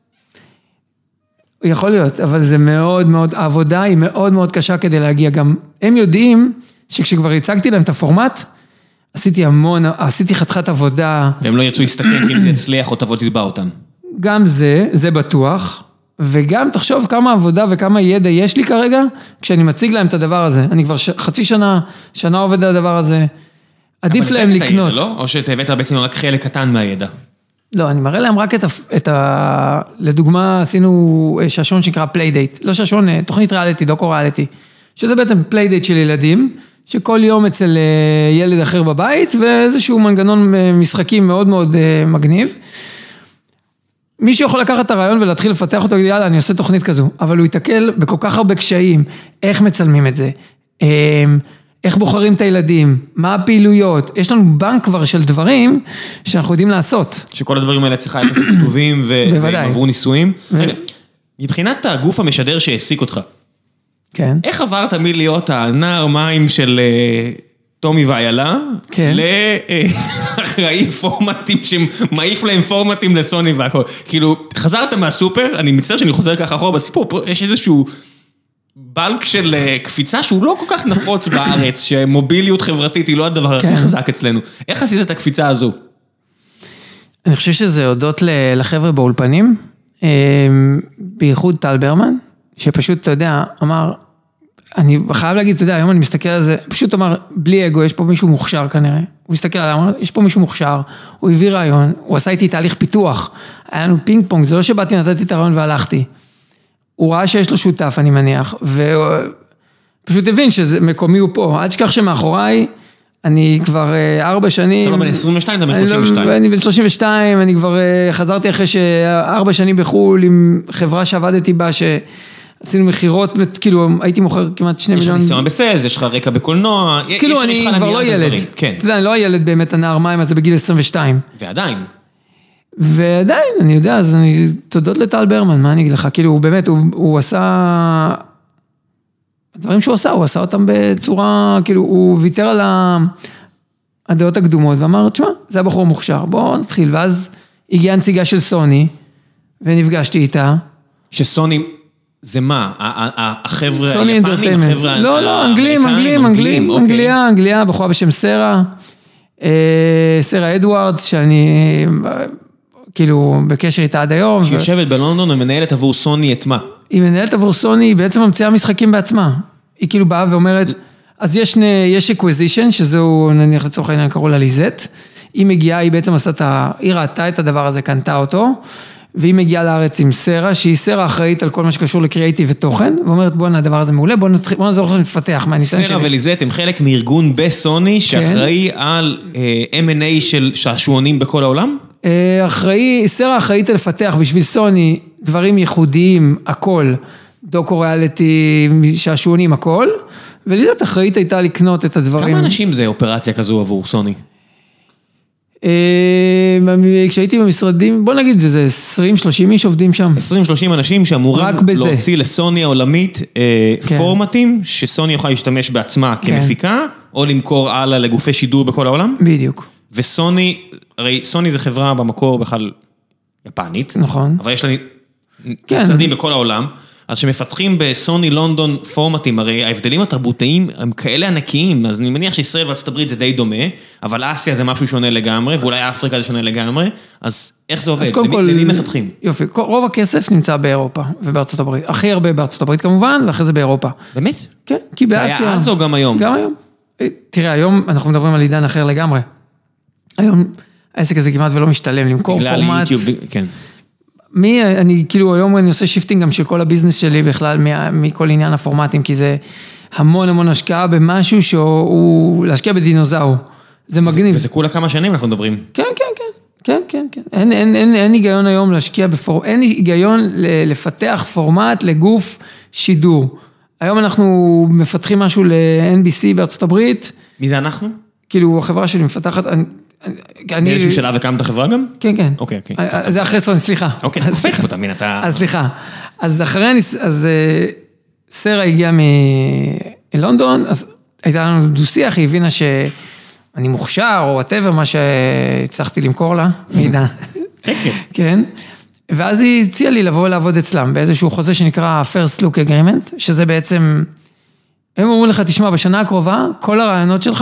יכול להיות, אבל זה מאוד מאוד, העבודה היא מאוד מאוד קשה כדי להגיע גם. הם יודעים שכשכבר הצגתי להם את הפורמט, עשיתי המון, עשיתי חתיכת עבודה. והם לא ירצו להסתכל אם זה יצליח או תבוא תתבע אותם. גם זה, זה בטוח, וגם תחשוב כמה עבודה וכמה ידע יש לי כרגע, כשאני מציג להם את הדבר הזה. אני כבר ש... חצי שנה, שנה עובד על הדבר הזה, עדיף להם לקנות. הידע, לא? או שתבאת בעצם רק חלק קטן מהידע? לא, אני מראה להם רק את ה... את ה... לדוגמה, עשינו שעשון שנקרא פליידייט, לא שעשון, תוכנית ריאליטי, דוקו ריאליטי, שזה בעצם פליידייט של ילדים, שכל יום אצל ילד אחר בבית, ואיזשהו מנגנון משחקים מאוד מאוד מגניב. מישהו יכול לקחת את הרעיון ולהתחיל לפתח אותו, יאללה, אני עושה תוכנית כזו, אבל הוא יתקל בכל כך הרבה קשיים, איך מצלמים את זה, איך בוחרים את הילדים, מה הפעילויות, יש לנו בנק כבר של דברים שאנחנו יודעים לעשות. שכל הדברים האלה צריכה להיות כתובים והם עברו ניסויים. מבחינת הגוף המשדר שהעסיק אותך, איך עברת מלהיות הנער מים של... תומי ואיילה, לאחראי פורמטים שמעיף להם פורמטים לסוני והכל. כאילו, חזרת מהסופר, אני מצטער שאני חוזר ככה אחורה בסיפור, פה יש איזשהו בלק של קפיצה שהוא לא כל כך נפוץ בארץ, שמוביליות חברתית היא לא הדבר הכי חזק אצלנו. איך עשית את הקפיצה הזו? אני חושב שזה הודות לחבר'ה באולפנים, בייחוד טל ברמן, שפשוט, אתה יודע, אמר... אני חייב להגיד, אתה יודע, היום אני מסתכל על זה, פשוט אמר, בלי אגו, יש פה מישהו מוכשר כנראה, הוא הסתכל עליו, אמר, יש פה מישהו מוכשר, הוא הביא רעיון, הוא עשה איתי תהליך פיתוח, היה לנו פינג פונג, זה לא שבאתי, נתתי את הרעיון והלכתי, הוא ראה שיש לו שותף, אני מניח, ופשוט הבין שזה מקומי הוא פה, עד שכך שמאחוריי, אני כבר ארבע שנים... אתה לא בן עשרים ושתיים, אתה בן שלושים ושתיים. אני בן שלושים ושתיים, אני כבר חזרתי אחרי שארבע שנים בחול עם חברה שעבדתי בה, שעשינו מחירות, כאילו הייתי מוכר כמעט שני מיליון... יש לך ניסיון בסלס, יש לך רקע בקולנוע, כאילו אני כבר לא ילד. אתה יודע, אני לא הילד באמת הנער מים, אז זה בגיל עשרים ושתיים. ועדיין. ועדיין, אני יודע, אז אני... תודות לטל ברמן, מה אני אגיד לך? כאילו, הוא באמת, הוא, הוא עשה... הדברים שהוא עשה, הוא עשה אותם בצורה, כאילו, הוא ויתר על הדעות הקדומות, ואמר, תשמע, זה הבחור מוכשר, בואו נתחיל, ואז הגיעה נציגה של סוני, ונפגשתי איתה. שסוני, זה מה? החבר'ה היפנים, החבר'ה... לא, לא, אנגלים, אנגלים, אנגלים, אנגליה, אנגליה, בחורה בשם סרה, סרה אדוארדס, שאני, כאילו, בקשר איתה עד היום. שיושבת בלונדון ומנהלת עבור סוני את מה? היא מנהלת עבור סוני, היא בעצם ממציאה משחקים בעצמה. היא כאילו באה ואומרת, אז יש, יש acquisition, שזהו, נניח לצורך העניין, קראו לה ליזט. היא מגיעה, היא בעצם עשתה את ה... היא ראתה את הדבר הזה, קנתה אותו, והיא מגיעה לארץ עם סרה, שהיא סרה אחראית על כל מה שקשור לקריאייטיב ותוכן, ואומרת, בוא נה, הדבר הזה מעולה, בוא נעזור לכם לפתח מהניסיון שלי. סרה וליזט הם חלק מארגון בסוני, שאחראי על אם אנד איי של שעשועונים בכל העולם? אחראי, סרה אחראית לפתח בשביל סוני דברים ייחודיים, הכל, דוקו ריאליטי, שעשועונים, הכל, וליזת אחראית הייתה לקנות את הדברים. כמה אנשים זה אופרציה כזו עבור סוני? כשהייתי במשרדים, בוא נגיד, זה עשרים שלושים איש עובדים שם. עשרים שלושים אנשים שאמורים להוציא לסוני העולמית פורמטים, שסוני יכולה להשתמש בעצמה כמפיקה, או למכור הלאה לגופי שידור בכל העולם? בדיוק. וסוני, הרי סוני זה חברה במקור בכלל יפנית. נכון. אבל יש לה משרדים בכל העולם, אז שמפתחים בסוני לונדון פורמטים, הרי ההבדלים התרבותיים הם כאלה ענקיים, אז אני מניח שישראל וארצות הברית זה די דומה, אבל אסיה זה משהו שונה לגמרי, ואולי אפריקה זה שונה לגמרי, אז איך זה עובד? למי מפתחים? יופי, רוב הכסף נמצא באירופה ובארצות הברית, הכי הרבה בארצות הברית כמובן, ואחרי זה באירופה. באמת? כן, כי באסיה... זה היה אז או גם היום? גם היום. תראה, היום אנחנו מדברים על עידן אחר לגמרי. היום העסק הזה כמעט ולא משתלם, למכור פורמט. כן. מי, אני כאילו היום אני עושה שיפטינג גם של כל הביזנס שלי בכלל, מכל עניין הפורמטים, כי זה המון המון השקעה במשהו שהוא, להשקיע בדינוזאור. זה מגניב. וזה כולה כמה שנים אנחנו מדברים. כן, כן, כן. כן, כן, כן. אין, אין, אין, אין היגיון היום להשקיע בפורמט, אין היגיון לפתח פורמט לגוף שידור. היום אנחנו מפתחים משהו ל-אן בי סי בארצות הברית. מי זה אנחנו? כאילו החברה שלי מפתחת... באיזשהו שלב הקמת החברה גם? כן, כן. אוקיי, אוקיי. זה אחרי סוני, סליחה. אוקיי, אתה קופץ פה, תאמין, אתה... אז סליחה. אז אחרי, אז סרה הגיעה מלונדון, אז הייתה לנו דו-שיח, היא הבינה שאני מוכשר, או whatever, מה שהצלחתי למכור לה, מידע. כן. ואז היא הציעה לי לבוא לעבוד אצלם, באיזשהו חוזה שנקרא First Look Agreement, שזה בעצם, הם אומרים לך, תשמע, בשנה הקרובה, כל הרעיונות שלך,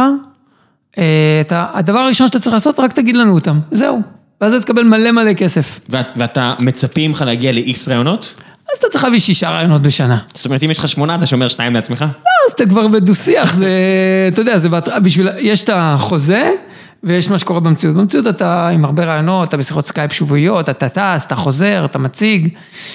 הדבר הראשון שאתה צריך לעשות, רק תגיד לנו אותם, זהו. ואז אתה תקבל מלא מלא כסף. ואתה מצפים לך להגיע ל-X רעיונות? אז אתה צריך להביא שישה רעיונות בשנה. זאת אומרת, אם יש לך שמונה, אתה שומר שניים לעצמך? לא, אז אתה כבר בדו-שיח, זה, אתה יודע, זה בשביל, יש את החוזה, ויש מה שקורה במציאות. במציאות אתה עם הרבה רעיונות, אתה בשיחות סקייפ שבועיות, אתה טס, אתה חוזר, אתה מציג.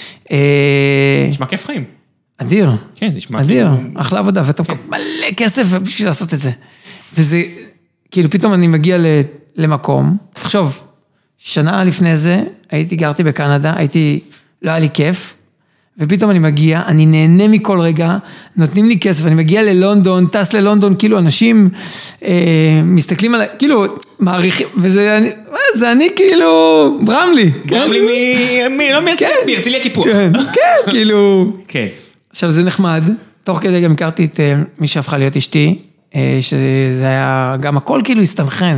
נשמע כיף חיים. אדיר. כן, זה נשמע אדיר, אחלה עבודה, ואתה מקבל מלא כסף בשביל לעשות את זה. וזה, כאילו, פתאום אני מגיע למקום, תחשוב, שנה לפני זה, הייתי, גרתי בקנדה, הייתי, לא היה לי כיף, ופתאום אני מגיע, אני נהנה מכל רגע, נותנים לי כסף, אני מגיע ללונדון, טס ללונדון, כאילו אנשים אה, מסתכלים עליי, כאילו, מעריכים, וזה אני, מה, זה אני כאילו, ברמלי. ברמלי מ... מי, לא מייצג, בהרצליה כיפור. כן, כן, כאילו. כן. עכשיו זה נחמד, תוך כדי גם הכרתי את מי שהפכה להיות אשתי, שזה היה, גם הכל כאילו הסתנכן.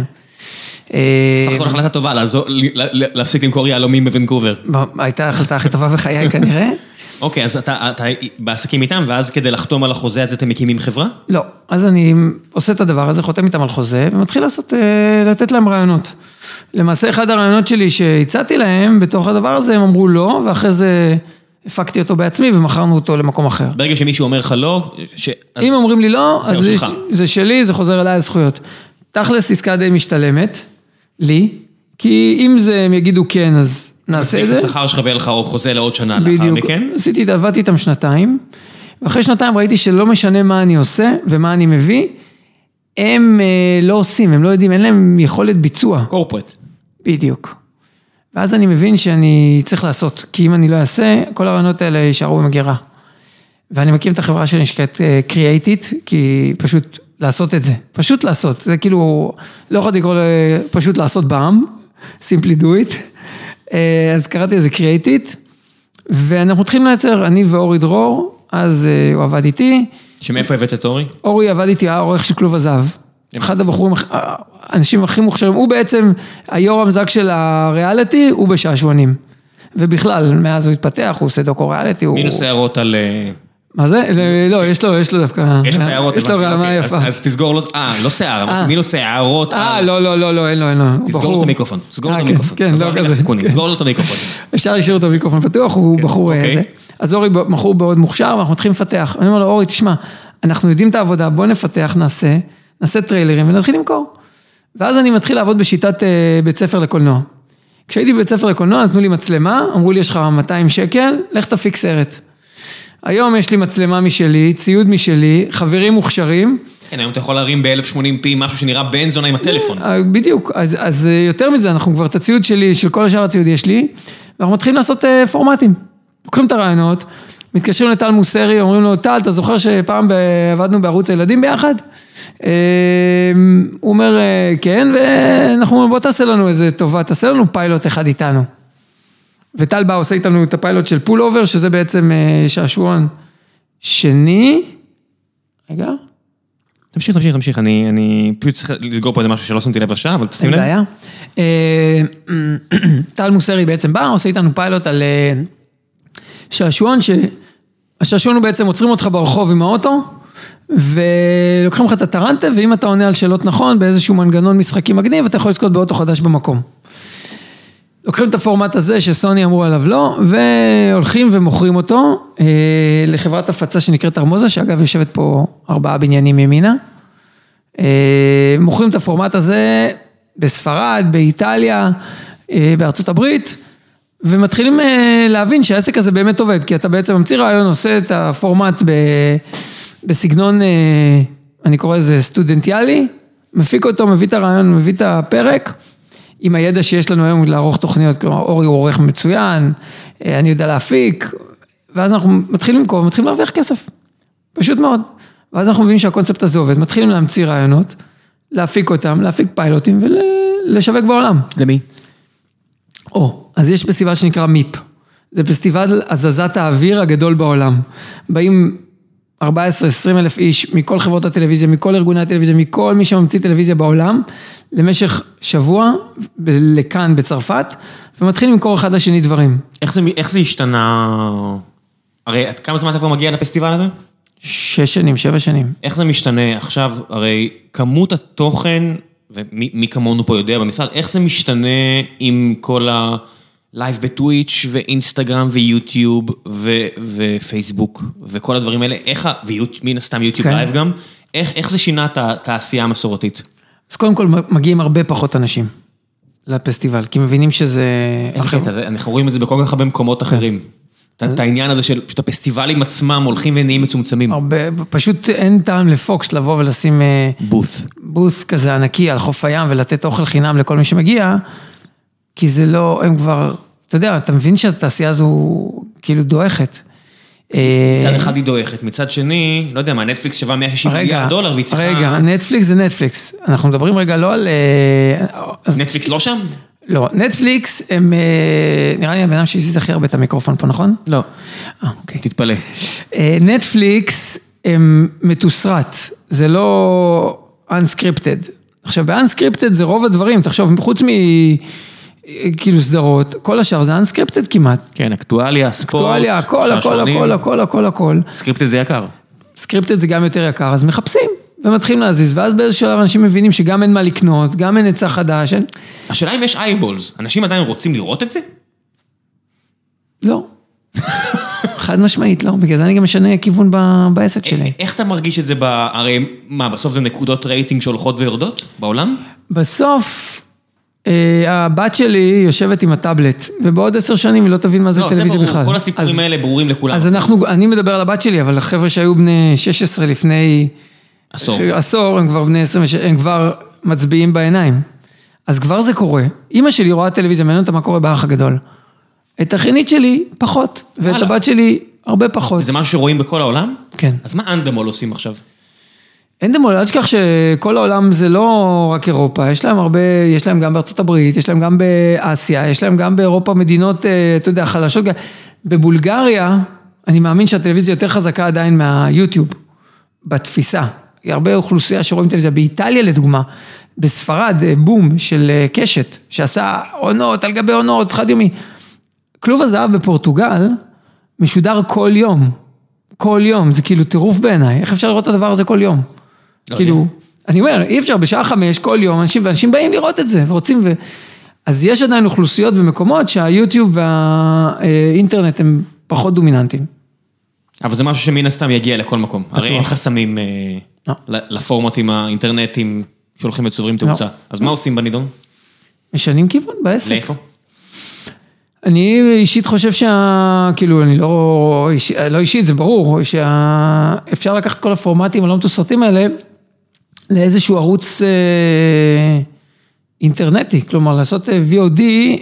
סך הכל החלטה טובה, להפסיק למכור יהלומים בוונקובר. הייתה החלטה הכי טובה בחיי כנראה. אוקיי, אז אתה בעסקים איתם, ואז כדי לחתום על החוזה הזה אתם מקימים חברה? לא, אז אני עושה את הדבר הזה, חותם איתם על חוזה, ומתחיל לעשות, לתת להם רעיונות. למעשה אחד הרעיונות שלי שהצעתי להם, בתוך הדבר הזה הם אמרו לא, ואחרי זה הפקתי אותו בעצמי, ומכרנו אותו למקום אחר. ברגע שמישהו אומר לך לא, אם אומרים לי לא, אז זה שלי, זה חוזר אליי הזכויות. תכלס עסקה די משתלמת, לי, כי אם זה, הם יגידו כן, אז נעשה את זה. מספיק השכר שווה לך או חוזה לעוד שנה לאחר מכן? בדיוק, עשיתי, עבדתי איתם שנתיים, ואחרי שנתיים ראיתי שלא משנה מה אני עושה ומה אני מביא, הם לא עושים, הם לא יודעים, אין להם יכולת ביצוע. קורפרט. בדיוק. ואז אני מבין שאני צריך לעשות, כי אם אני לא אעשה, כל הרעיונות האלה יישארו במגירה. ואני מקים את החברה שלי נשקעת קריאייטית, כי פשוט לעשות את זה, פשוט לעשות, זה כאילו, לא יכול לקרוא פשוט לעשות בעם, simply do it, אז קראתי לזה קריאייטית, ואנחנו מתחילים לייצר, אני ואורי דרור, אז הוא עבד איתי. שמאיפה הבאת את אורי? אורי עבד איתי, העורך של כלוב הזהב. אחד הבחורים, האנשים הכי מוכשרים, הוא בעצם היור המזק של הריאליטי, הוא בשעשועונים. ובכלל, מאז הוא התפתח, הוא עושה דוקו ריאליטי. מי נושא הערות על... מה זה? לא, יש לו, יש לו דווקא... יש לו הערות, יש לו רעמה יפה. אז תסגור לו... אה, לא שיער, מי נושא הערות? אה, לא, לא, לא, לא, אין לו, אין לו. תסגור לו את המיקרופון, תסגור לו את המיקרופון. כן, לא כזה. תסגור לו את המיקרופון. אפשר להשאיר את המיקרופון פתוח, הוא בחור איזה. אז אורי בחור מאוד מוכשר, ואנחנו מתחילים לפתח. אני אומר לו, אורי, תשמע, אנחנו יודעים את העבודה, בוא נפתח, נעשה, נעשה טריילרים ונתחיל למכור. ואז אני מתחיל לעבוד בשיטת בית ספר לקולנוע. כשהייתי בבית ספר לקולנוע, נתנו לי מצלמה, אמרו לי, יש לך מאתיים שקל, לך תפיק סרט. היום יש לי מצלמה משלי, ציוד משלי, חברים מוכשרים. כן, היום אתה יכול להרים ב-אלף ושמונים פי, משהו שנראה בן זונה עם הטלפון. בדיוק, אז, אז יותר מזה, אנחנו כבר את הציוד שלי, של כל השאר הציוד יש לי, ואנחנו מתחילים לעשות פורמטים. לוקחים את הרעיונות, מתקשרים לטל מוסרי, אומרים לו, טל, אתה זוכר שפעם עבדנו בערוץ הילדים ביחד? הוא אומר, כן, ואנחנו אומרים, בוא תעשה לנו איזה טובה, תעשה לנו פיילוט אחד איתנו. וטל בא עושה איתנו את הפיילוט של פול אובר, שזה בעצם שעשועון שני. רגע. תמשיך, תמשיך, תמשיך, אני, אני פשוט צריך לסגור פה איזה משהו שלא שמתי לב לשעה, אבל תשים לב. אין בעיה. טל מוסרי בעצם בא, עושה איתנו פיילוט על שעשועון, שהשעשועון הוא בעצם עוצרים אותך ברחוב עם האוטו, ולוקחים לך את הטרנטה, ואם אתה עונה על שאלות נכון, באיזשהו מנגנון משחקי מגניב, אתה יכול לזכות באוטו חדש במקום. לוקחים את הפורמט הזה שסוני אמרו עליו לא, והולכים ומוכרים אותו אה, לחברת הפצה שנקראת ארמוזה, שאגב יושבת פה ארבעה בניינים ימינה. אה, מוכרים את הפורמט הזה בספרד, באיטליה, אה, בארצות הברית, ומתחילים אה, להבין שהעסק הזה באמת עובד, כי אתה בעצם ממציא רעיון, עושה את הפורמט ב, בסגנון, אה, אני קורא לזה סטודנטיאלי, מפיק אותו, מביא את הרעיון, מביא את הפרק, עם הידע שיש לנו היום לערוך תוכניות, כלומר, אורי הוא עורך מצוין, אני יודע להפיק, ואז אנחנו מתחילים למכור, מתחילים להרוויח כסף, פשוט מאוד. ואז אנחנו מבינים שהקונספט הזה עובד, מתחילים להמציא רעיונות, להפיק אותם, להפיק פיילוטים ולשווק בעולם. למי? או, אז יש פסטיבל שנקרא מיפ, זה פסטיבל הזזת האוויר הגדול בעולם. באים ארבע עשרה עשרים אלף איש מכל חברות הטלוויזיה, מכל ארגוני הטלוויזיה, מכל מי שממציא טלוויזיה בעולם, למשך שבוע, לכאן בצרפת, ומתחיל למכור אחד לשני דברים. איך זה, איך זה השתנה? הרי, כמה זמן אתה כבר מגיע לפסטיבל הזה? שש שנים, שבע שנים. איך זה משתנה עכשיו? הרי כמות התוכן, ומי מי כמונו פה יודע במשרד, איך זה משתנה עם כל ה... לייב בטוויץ' ואינסטגרם ויוטיוב ו- ופייסבוק וכל הדברים האלה, איך, ומן הסתם יוטיוב לייב גם, איך, איך זה שינה את התעשייה המסורתית? אז קודם כל מגיעים הרבה פחות אנשים לפסטיבל, כי מבינים שזה... איזה קטע, אנחנו רואים את זה בכל כך הרבה מקומות אחרים. את העניין הזה של פשוט הפסטיבלים עצמם הולכים ונהיים מצומצמים. הרבה, פשוט אין טעם לפוקס לבוא ולשים... בוס. בוס כזה ענקי על חוף הים ולתת אוכל חינם לכל מי שמגיע, כי זה לא, הם כבר, אתה יודע, אתה מבין שהתעשייה הזו כאילו דועכת. מצד אחד היא דועכת, מצד שני, לא יודע מה, נטפליקס שווה מאה ושישים מיליארד דולר, והיא צריכה... רגע, נטפליקס זה נטפליקס. אנחנו מדברים רגע לא על... נטפליקס לא שם? לא, נטפליקס הם, נראה לי הבן אדם שהזיז הכי הרבה את המיקרופון פה, נכון? לא. אה, אוקיי. תתפלא. נטפליקס הם מתוסרט, זה לא unscripted. עכשיו, ב-unscripted זה רוב הדברים, תחשוב, חוץ מ... כאילו סדרות, כל השאר זה unscripted כמעט. כן, אקטואליה, ספורט, אקטואליה, הכל, הכל, הכל, הכל, הכל, הכל. סקריפטד זה יקר. סקריפטד זה גם יותר יקר, אז מחפשים ומתחילים להזיז, ואז באיזשהו שלב אנשים מבינים שגם אין מה לקנות, גם אין היצע חדש. השאלה אם יש אייבולס, אנשים עדיין רוצים לראות את זה? לא. חד משמעית, לא. בגלל זה אני גם משנה כיוון בעסק שלי. איך אתה מרגיש את זה, הרי מה, בסוף זה נקודות רייטינג שהולכות ויורדות בעולם? בסוף... הבת שלי יושבת עם הטאבלט, ובעוד עשר שנים היא לא תבין מה זה טלוויזיה בכלל. כל הסיפורים האלה ברורים לכולם. אז אנחנו, אני מדבר על הבת שלי, אבל החבר'ה שהיו בני שש עשרה לפני עשור. עשור, הם כבר בני עשרים, הם כבר מצביעים בעיניים. אז כבר זה קורה. אמא שלי רואה טלוויזיה, מעניין אותה מה קורה באח הגדול. את האחיינית שלי פחות, ואת הבת שלי הרבה פחות. וזה משהו שרואים בכל העולם? כן. אז מה אנדמול עושים עכשיו? אנדמול, אל תשכח שכל העולם זה לא רק אירופה, יש להם הרבה, יש להם גם בארצות הברית, יש להם גם באסיה, יש להם גם באירופה מדינות, אתה יודע, חלשות. בבולגריה, אני מאמין שהטלוויזיה יותר חזקה עדיין מהיוטיוב, בתפיסה. היא הרבה אוכלוסייה שרואים טלוויזיה. באיטליה לדוגמה, בספרד, בום של קשת, שעשה עונות על גבי עונות, חד יומי. כלוב הזהב בפורטוגל משודר כל יום. כל יום, זה כאילו טירוף בעיניי. איך אפשר לראות את הדבר הזה כל יום? כאילו, אני אומר, אי אפשר בשעה חמש כל יום, אנשים, ואנשים באים לראות את זה, ורוצים ו... אז יש עדיין אוכלוסיות ומקומות שהיוטיוב והאינטרנט הם פחות דומיננטיים. אבל זה משהו שמן הסתם יגיע לכל מקום. הרי אין חסמים לפורמטים האינטרנטיים שהולכים וצוברים תאוצה. אז מה עושים בנידון? משנים כיוון בעסק. לאיפה? אני אישית חושב שה... כאילו, אני לא... לא אישית, זה ברור, שאפשר לקחת כל הפורמטים הלא מתוסרטים האלה לאיזשהו ערוץ אינטרנטי, כלומר, לעשות וי או די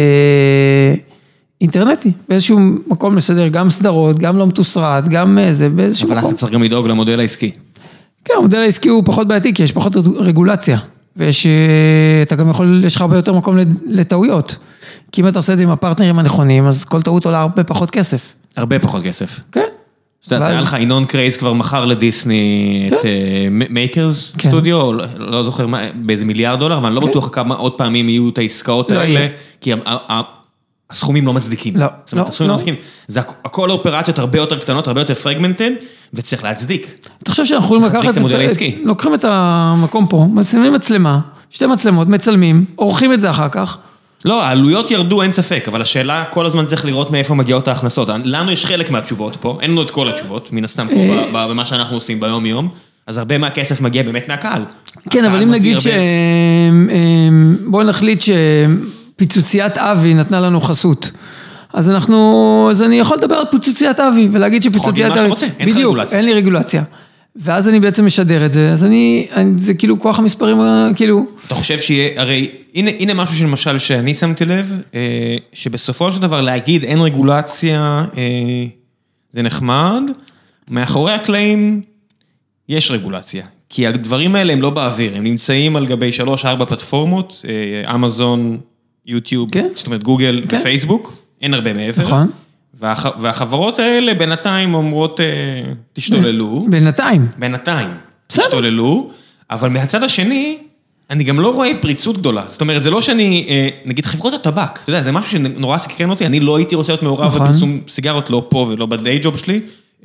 אינטרנטי, באיזשהו מקום לסדר, גם סדרות, גם לא מתוסרט, גם זה, באיזשהו מקום. אבל אז אתה צריך גם לדאוג למודל העסקי. כן, המודל העסקי הוא פחות בעייתי, כי יש פחות רגולציה, ויש, אתה גם יכול, יש לך הרבה יותר מקום לטעויות, כי אם אתה עושה את זה עם הפרטנרים הנכונים, אז כל טעות עולה הרבה פחות כסף. הרבה פחות כסף. כן. אתה יודע, זה היה לך, אינון קרייז כבר מכר לדיסני את מייקרס סטודיו, לא זוכר באיזה מיליארד דולר, אבל אני לא בטוח כמה עוד פעמים יהיו את העסקאות האלה, כי הסכומים לא מצדיקים. לא, זאת אומרת, הסכומים לא מצדיקים. זה הכל אופרציות הרבה יותר קטנות, הרבה יותר פרגמנטד, וצריך להצדיק. אתה חושב שאנחנו יכולים לקחת את המודל העסקי. לוקחים את המקום פה, מצלמים מצלמה, שתי מצלמות, מצלמים, עורכים את זה אחר כך. לא, העלויות ירדו, אין ספק, אבל השאלה כל הזמן צריך לראות מאיפה מגיעות ההכנסות. לנו יש חלק מהתשובות פה, אין לנו את כל התשובות, מן הסתם פה במה שאנחנו עושים ביום יום, אז הרבה מהכסף מגיע באמת מהקהל. כן, אבל אם נגיד ש... בואו נחליט שפיצוציית אבי נתנה לנו חסות. אז אנחנו, אז אני יכול לדבר על פיצוציית אבי, ולהגיד שפיצוציית אבי... בדיוק, אין לי רגולציה. ואז אני בעצם משדר את זה, אז אני, זה כאילו כוח המספרים, כאילו... אתה חושב שיהיה, הרי, הנה, הנה משהו שלמשל שאני שמתי לב, שבסופו של דבר להגיד אין רגולציה, זה נחמד, מאחורי הקלעים יש רגולציה, כי הדברים האלה הם לא באוויר, הם נמצאים על גבי שלוש, ארבע פלטפורמות, אמזון, יוטיוב, זאת אומרת גוגל ופייסבוק, אין הרבה מעבר. נכון. והחברות האלה בינתיים אומרות, תשתוללו. בינתיים. בינתיים. תשתוללו, אבל מהצד השני, אני גם לא רואה פריצות גדולה. זאת אומרת, זה לא שאני, נגיד חברות הטבק, אתה יודע, זה משהו שנורא סקרן אותי, אני לא הייתי רוצה להיות מעורב בפרסום סיגרות, לא פה ולא בדיי ג'וב שלי,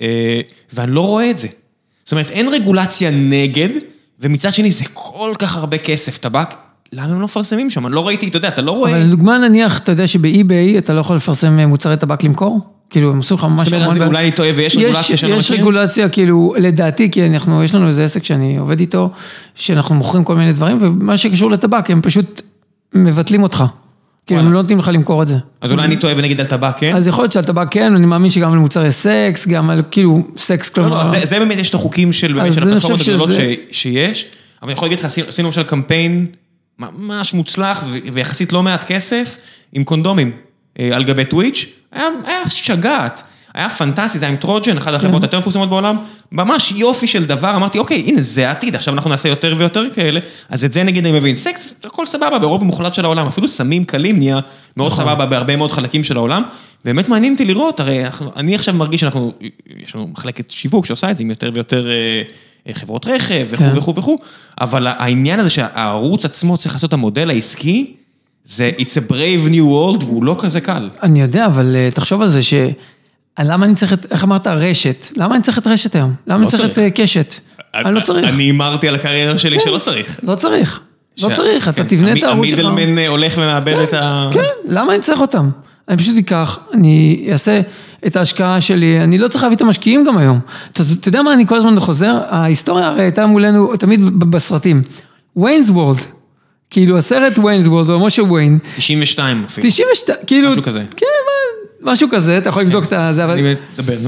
ואני לא רואה את זה. זאת אומרת, אין רגולציה נגד, ומצד שני זה כל כך הרבה כסף, טבק, למה הם לא מפרסמים שם? אני לא ראיתי, אתה יודע, אתה לא רואה... אבל לדוגמה נניח, אתה יודע שבאי-ביי אתה לא יכול לפרסם מוצרי טבק למכור? כאילו, הם עושים לך ממש... זאת אומרת, אז אולי אני טועה ויש רגולציה שאני מכיר? יש רגולציה, כאילו, לדעתי, כי אנחנו, יש לנו איזה עסק שאני עובד איתו, שאנחנו מוכרים כל מיני דברים, ומה שקשור לטבק, הם פשוט מבטלים אותך. כאילו, הם לא נותנים לך למכור את זה. אז אולי אני טועה ונגיד על טבק, כן? אז יכול להיות שעל טבק כן, אני מאמין שגם על מוצרי סקס, גם על, כאילו, סקס, כלומר... זה באמת יש את החוקים של הפלטפורמות הגדולות שיש, אבל אני יכול להגיד לך, עשינו למשל קמפיין ממש מוצלח ויחסית לא מעט כסף עם קונדומים על גבי טוויץ', היה שגעת, היה פנטסטי, זה היה עם טרוג'ן, אחת החברות יותר מפורסמות בעולם, ממש יופי של דבר, אמרתי, אוקיי, הנה, זה העתיד, עכשיו אנחנו נעשה יותר ויותר כאלה, אז את זה נגיד אני מבין, סקס, הכל סבבה, ברוב המוחלט של העולם, אפילו סמים קלים נהיה מאוד סבבה בהרבה מאוד חלקים של העולם, באמת מעניין אותי לראות, הרי אני עכשיו מרגיש שאנחנו, יש לנו מחלקת שיווק שעושה את זה עם יותר ויותר חברות רכב וכו' וכו' וכו', אבל העניין הזה שהערוץ עצמו צריך לעשות את המודל העסקי, זה it's a brave new world, והוא לא כזה קל. אני יודע, אבל תחשוב על זה ש... למה אני צריך את, איך אמרת, רשת? למה אני צריך את רשת היום? למה אני צריך את קשת? אני לא צריך. אני אמרתי על הקריירה שלי שלא צריך. לא צריך. לא צריך, אתה תבנה את הערוץ שלך. המידלמן הולך ומאבד את ה... כן, למה אני צריך אותם? אני פשוט אקח, אני אעשה את ההשקעה שלי, אני לא צריך להביא את המשקיעים גם היום. אתה יודע מה אני כל הזמן חוזר? ההיסטוריה הרי הייתה מולנו תמיד בסרטים. וויינס וורלד. כאילו הסרט וויינס וורלד, או משה וויין. תשעים ושתיים אפילו. תשעים ושתיים, כאילו... משהו כזה. כן, משהו כזה, אתה יכול לבדוק את זה, אבל... אני מדבר, נו.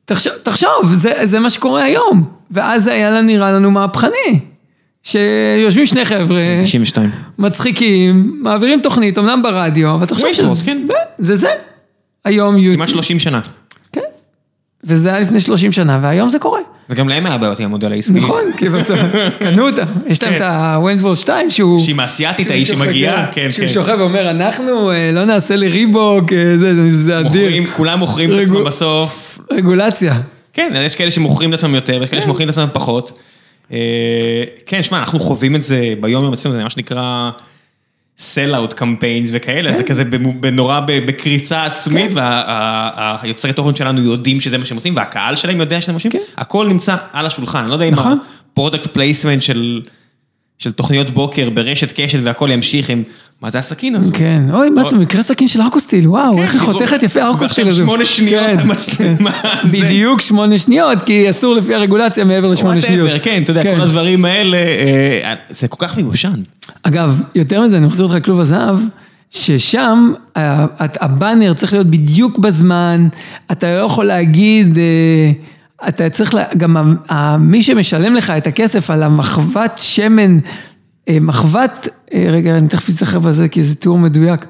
תחשוב, תחשוב, זה, זה מה שקורה היום. ואז זה היה נראה לנו מהפכני. שיושבים שני חבר'ה, תשעים ושתיים. מצחיקים, מעבירים תוכנית, אמנם ברדיו, אבל תחשוב שזה, כן. זה זה. היום יוטיוב. כמעט שלושים שנה. כן. וזה היה לפני שלושים שנה, והיום זה קורה. וגם להם היה בעיות עם המודל העסקי. נכון, כי בסוף, קנו אותה. יש להם את הווינסבורג שתיים, שהוא... שהיא מעשייתית, האיש שמגיעה, כן, כן. שהוא שוכב ואומר, אנחנו לא נעשה לריבוק, זה אדיר. כולם מוכרים את עצמם בסוף. רגולציה. כן, יש כאלה שמוכרים את עצמם יותר, ויש כאלה שמוכרים את עצמם פחות. כן, שמע, אנחנו חווים את זה ביום יום אצלנו, זה מה שנקרא sell-out campaigns וכאלה, זה כזה נורא בקריצה עצמית, והיוצרי תוכן שלנו יודעים שזה מה שהם עושים, והקהל שלהם יודע שזה מה שהם עושים, הכל נמצא על השולחן, אני לא יודע אם הפרודקט פלייסמנט של תוכניות בוקר ברשת קשת והכל ימשיך עם, מה זה הסכין הזו? כן, אוי, מה זה, מקרה סכין של ארקוסטיל, וואו, איך היא חותכת יפה ארקוסטיל הזו. שמונה שניות המצלמה. בדיוק שמונה שניות, כי אסור לפי הרגולציה מעבר לשמונה שניות. כן, אתה יודע, כל הדברים האלה, זה כל כך מיושן. אגב, יותר מזה, אני מחזיר אותך לכלוב הזהב, ששם הבאנר צריך להיות בדיוק בזמן, אתה לא יכול להגיד, אתה צריך, גם מי שמשלם לך את הכסף על המחוות שמן, מחוות, רגע, אני תכף אזכר בזה, כי זה תיאור מדויק,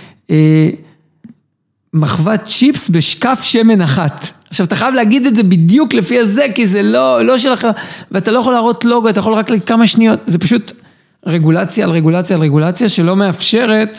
מחוות צ'יפס בשקף שמן אחת. עכשיו, אתה חייב להגיד את זה בדיוק לפי הזה, כי זה לא, לא שלך, ואתה לא יכול להראות לוגו, אתה יכול רק לכמה שניות, זה פשוט רגולציה על רגולציה על רגולציה, שלא מאפשרת